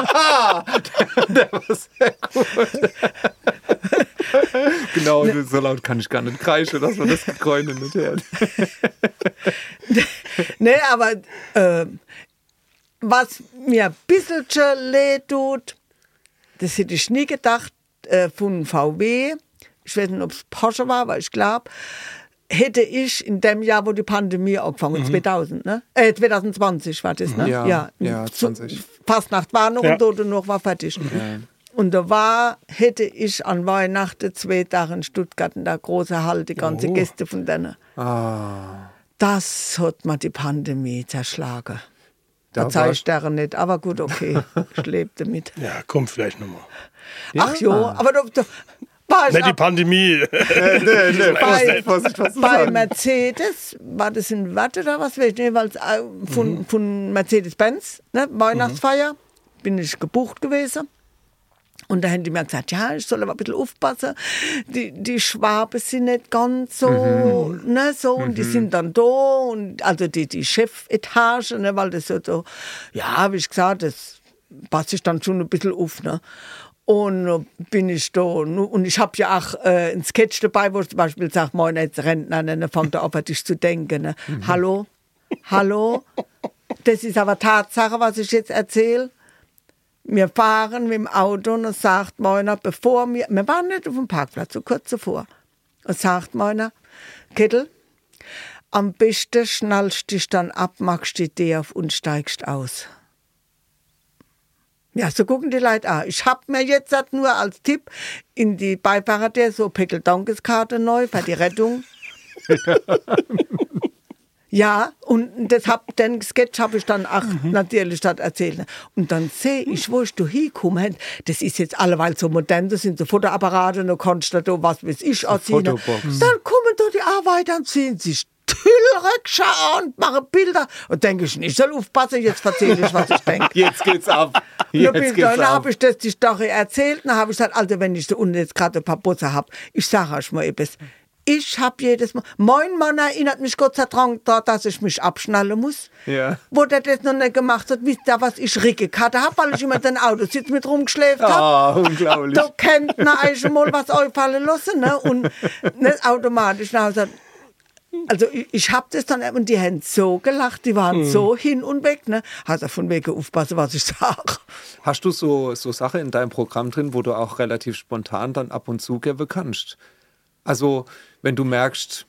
S1: Der war sehr gut. Genau, so laut kann ich gar nicht kreischen, dass man das Kräunen nicht hört.
S2: Nee, aber was mir ein bisschen leid tut, das hätte ich nie gedacht, von VW, ich weiß nicht, ob es Porsche war, aber ich glaube, hätte ich in dem Jahr, wo die Pandemie angefangen, 2020 war das, ne?
S1: Ja, 20.
S2: Fastnachtwarnung und dort noch war fertig.
S1: Ja.
S2: Und hätte ich an Weihnachten 2 Tage in Stuttgart in der großen Halle die ganzen Gäste von denen. Das hat mir die Pandemie zerschlagen. Da zeige ich deren nicht, aber gut, okay, ich lebe damit.
S3: Ja, kommt vielleicht nochmal.
S2: Ach jo, aber da war ich
S3: nicht die Pandemie.
S2: Bei Mercedes, war das in Watt oder was, weiß ich nicht, weil von Mercedes-Benz, ne, Weihnachtsfeier, bin ich gebucht gewesen. Und da haben die mir gesagt, ja, ich soll aber ein bisschen aufpassen. Die Schwaben sind nicht ganz so, ne, so, und die sind dann da, und also die Chefetage, ne, weil das so, ja, habe ich gesagt, das passe ich dann schon ein bisschen auf, ne. Und bin ich da, und ich habe ja auch einen Sketch dabei, wo ich zum Beispiel sage, moin, jetzt Rentner, ne, dann fängt er auf, an dich zu denken, ne. Hallo, das ist aber Tatsache, was ich jetzt erzähle. Wir fahren mit dem Auto und sagt meiner, wir waren nicht auf dem Parkplatz, so kurz zuvor, und sagt meiner, Kettel, am besten schnallst dich dann ab, machst die Tür auf und steigst aus. Ja, so gucken die Leute an. Ich habe mir jetzt nur als Tipp in die Beifahrertür so Pickel-Donkes-Karte neu für die Rettung. Ja, und den Sketch habe ich dann auch natürlich dort erzählt. Und dann sehe ich, wo ich da hinkomme, das ist jetzt alleweil so modern, das sind so Fotoapparate, da kannst du da was weiß ich erziehen. Dann kommen da die Arbeiter und sehen sich Tüllröckchen und machen Bilder. Und denke ich, ich soll aufpassen, jetzt erzähle ich, was ich denke.
S1: Jetzt geht's ab.
S2: Dann habe ich das die Story erzählt, dann habe ich gesagt, also wenn ich so unten jetzt gerade ein paar Busse habe, ich sage euch mal etwas, ich habe jedes Mal, mein Mann erinnert mich Gott sei Dank daran, dass ich mich abschnallen muss.
S1: Ja.
S2: Wo der das noch nicht gemacht hat, wisst ihr, was ich Rickekarte habe, weil ich immer den Autositz mit rumgeschläft habe.
S1: Unglaublich.
S2: Da kennt man eigentlich mal was einfallen lassen, ne? Und nicht automatisch. Also ich habe das dann, und die haben so gelacht, die waren so hin und weg. Ne? Also von wegen aufpassen, was ich sage.
S1: Hast du so Sachen in deinem Programm drin, wo du auch relativ spontan dann ab und zu geben kannst? Also wenn du merkst,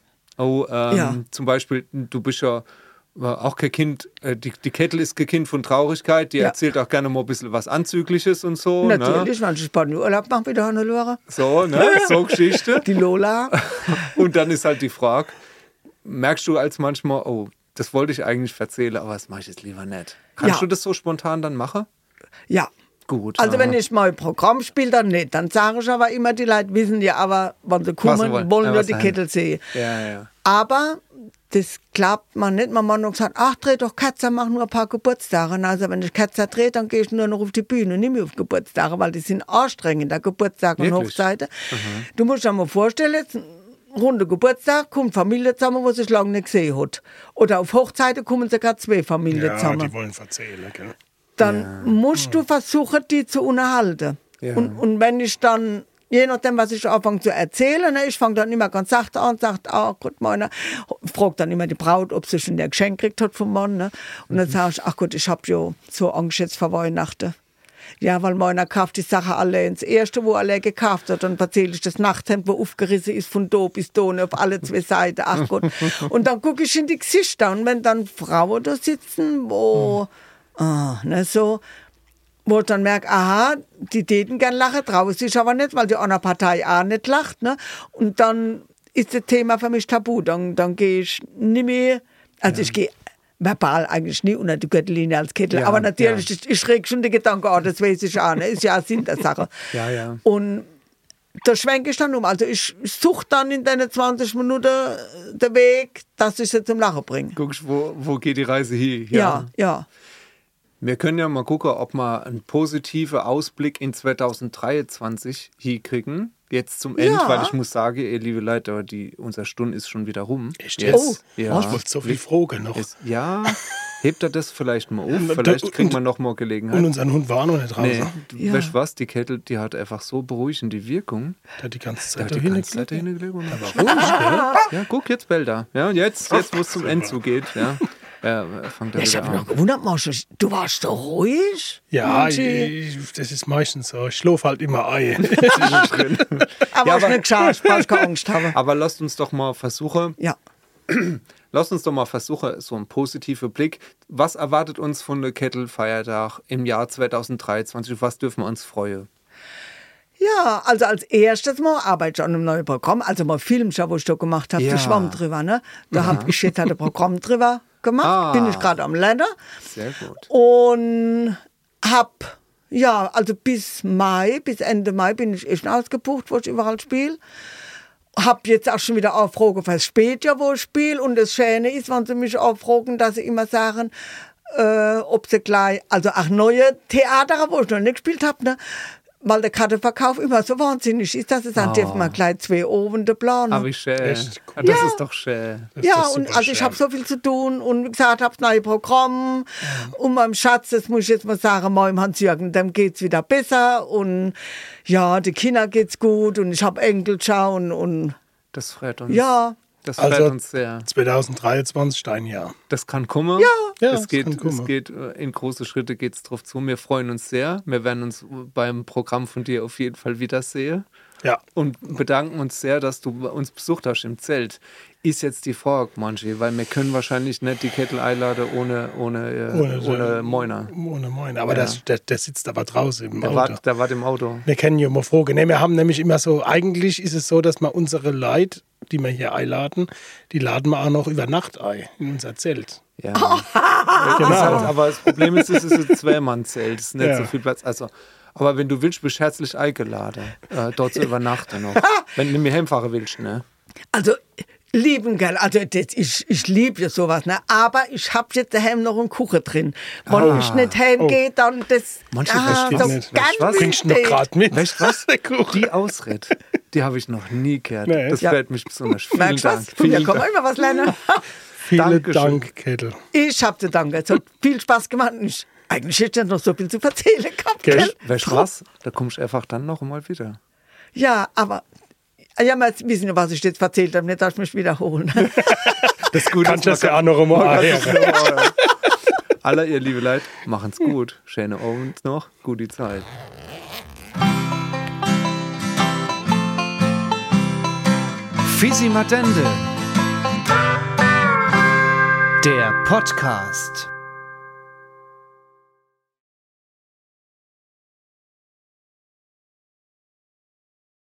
S1: zum Beispiel, du bist ja auch kein Kind, die Kettel ist kein Kind von Traurigkeit, die erzählt auch gerne mal ein bisschen was Anzügliches und so.
S2: Natürlich,
S1: ne?
S2: wenn ich Urlaub mache mit der Hannelore.
S1: So, ne? So Geschichte.
S2: Die Lola.
S1: Und dann ist halt die Frage, merkst du als manchmal, oh, das wollte ich eigentlich erzählen, aber das mache ich jetzt lieber nicht. Kannst du das so spontan dann machen?
S2: Ja.
S1: Gut.
S2: Also wenn ich mal ein Programm spiele, dann nicht. Dann sage ich aber immer, die Leute wissen ja aber, wenn sie kommen, wollen nur die Kettel sehen.
S1: Ja.
S2: Aber das klappt man nicht. Man hat noch gesagt, ach, dreh doch Katze, mach nur ein paar Geburtstage. Also wenn ich Katze drehe, dann gehe ich nur noch auf die Bühne, nicht mehr auf Geburtstage, weil die sind anstrengend, der Geburtstag und Hochzeiten. Du musst dir mal vorstellen, jetzt runde Geburtstag kommt Familie zusammen, die sich lange nicht gesehen hat. Oder auf Hochzeiten kommen sogar 2 Familien zusammen.
S3: Ja, die wollen erzählen, gell?
S2: Dann musst du versuchen, die zu unterhalten.
S1: Ja.
S2: Und wenn ich dann, je nachdem, was ich anfange zu erzählen, ne, ich fange dann immer ganz sachte an, sagt, gut, meiner, fragt dann immer die Braut, ob sie schon ein Geschenk gekriegt hat vom Mann. Ne? Und dann sage ich, ach gut, ich habe ja so Angst jetzt vor Weihnachten. Ja, weil meiner kauft die Sache allein. Das Erste, wo er gekauft hat, dann erzähle ich das Nachthemd, wo aufgerissen ist von da bis da auf alle 2 Seiten. Ach Gott. Und dann gucke ich in die Gesichter. Und wenn dann Frauen da sitzen, wo so, wo ich dann merke, aha, die täten gern lachen, traue sich aber nicht, weil die andere Partei auch nicht lacht. Ne? Und dann ist das Thema für mich tabu. Dann gehe ich nicht mehr, also ich gehe verbal eigentlich nie unter die Gürtellinie als Kettel. Aber natürlich, ich reg schon die Gedanken, das weiß ich auch, ne? Ist ja Sinn der Sache.
S1: Ja.
S2: Und da schwenke ich dann um. Also ich suche dann in den 20 Minuten den Weg, dass ich sie zum Lachen bringe.
S1: Guckst, wo geht die Reise hin?
S2: Ja.
S1: Wir können ja mal gucken, ob wir einen positiven Ausblick in 2023 hinkriegen. Jetzt zum Ende, weil ich muss sagen, ihr liebe Leute, unsere Stunde ist schon wieder rum.
S3: Echt jetzt?
S1: Ja.
S3: Ich wollte so viel fragen noch.
S1: Hebt er das vielleicht mal auf? Vielleicht kriegen wir noch mal Gelegenheit.
S3: Und unser Hund war noch nicht raus.
S1: Nee, weißt du was? Die Kettel, die hat einfach so beruhigende Wirkung.
S3: Der hat die ganze Zeit
S1: dahinter gelegt. Ja, guck, jetzt bellt er. Ja, jetzt wo es zum Ende zugeht. Ja. Fängt er
S2: Ich
S1: wieder
S2: habe mich
S1: an.
S2: noch gewundert, Marschall, du warst so ruhig.
S3: Ja, das ist meistens so. Ich schlafe halt immer ein.
S2: Aber ich nicht geschafft, weil ich keine Angst habe.
S1: Aber lasst uns doch mal versuchen,
S2: Ja.
S1: so einen positiven Blick. Was erwartet uns von der Kettelfeiertag im Jahr 2023? Was dürfen wir uns freuen?
S2: Ja, also als erstes mal arbeite ich an einem neuen Programm. Also mal Film, wo ich da gemacht habe,
S1: Ja.
S2: für Schwamm drüber. Ne? Da habe ich jetzt halt ein Programm drüber gemacht. Bin ich gerade am Lernen.
S1: Sehr gut.
S2: Und habe, also bis Ende Mai bin ich echt ausgebucht, wo ich überall spiele. Hab jetzt auch schon wieder Anfragen fürs Spätjahr, wo ich spiele. Und das Schöne ist, wenn sie mich anfragen, dass sie immer sagen, ob sie gleich, also auch neue Theater, wo ich noch nicht gespielt habe, ne? Weil der Kartenverkauf immer so wahnsinnig ist, dass es dann dürfen wir gleich 2 Abende planen.
S1: Aber wie schön.
S3: Echt cool.
S1: Das ist doch schön.
S2: Und also ich habe so viel zu tun und wie gesagt, habe das neue Programm und meinem Schatz, das muss ich jetzt mal sagen, meinem Hans-Jürgen, dem geht's wieder besser und ja, die Kinder geht's gut und ich habe Enkel schauen und
S1: Das freut uns.
S2: ja.
S1: Das freut uns sehr.
S3: 2023 dein Jahr.
S1: Das kann kommen.
S3: Ja,
S1: es geht
S3: kann kommen.
S1: in große Schritte geht's drauf zu. Wir freuen uns sehr. Wir werden uns beim Programm von dir auf jeden Fall wiedersehen.
S3: Ja.
S1: Und bedanken uns sehr, dass du uns besucht hast im Zelt. Ist jetzt die Frage, manche, weil wir können wahrscheinlich nicht die Kettel einladen ohne Moiner.
S3: Ohne Moiner. Aber der sitzt aber draußen im Auto.
S1: Der war im Auto.
S3: Wir kennen ja mal Fragen. Nee, wir haben nämlich immer so, eigentlich ist es so, dass wir unsere Leute, die wir hier einladen, die laden wir auch noch über Nacht ein in unser Zelt.
S1: Ja. Genau. Aber das Problem ist, es ist ein Zweimann-Zelt. Es ist nicht so viel Platz. Also, aber wenn du willst, bist du herzlich eingeladen, dort zu übernachten noch. Wenn du mir heimfahren willst, ne?
S2: Also lieben, gell, also ich liebe ja sowas, ne? Aber ich habe jetzt daheim noch einen Kuchen drin. Wenn ich nicht heimgehe, dann das
S1: Manche verstehen
S3: nicht.
S2: ganz
S3: Bringst du noch gerade mit?
S1: Weißt du was? Die Ausrede, Die habe ich noch nie gehört.
S3: Nee.
S1: Das fällt mich besonders. Vielen
S2: Merkst du
S1: Dank.
S2: was? Von mir
S1: Vielen
S2: kann man
S1: Dank.
S2: immer was lernen.
S3: Vielen
S1: Dankeschön.
S3: Dank, Kettel.
S2: Ich habe zu danken. Es hat viel Spaß gemacht. Eigentlich hätte ich noch so viel zu erzählen gehabt.
S3: Gell?
S2: Gell?
S1: Weißt du was? Da komme ich einfach dann noch einmal wieder.
S2: Ja, aber ja, mal wissen, was ich jetzt erzählt habe. Nicht, dass ich mich wiederholen.
S1: Das Gute
S3: Kannst du das ja auch noch einmal hören.
S1: Alle ihr liebe Leute, machen's gut. Schöne Abend noch, gute Zeit.
S4: Fisi Matende. Der Podcast.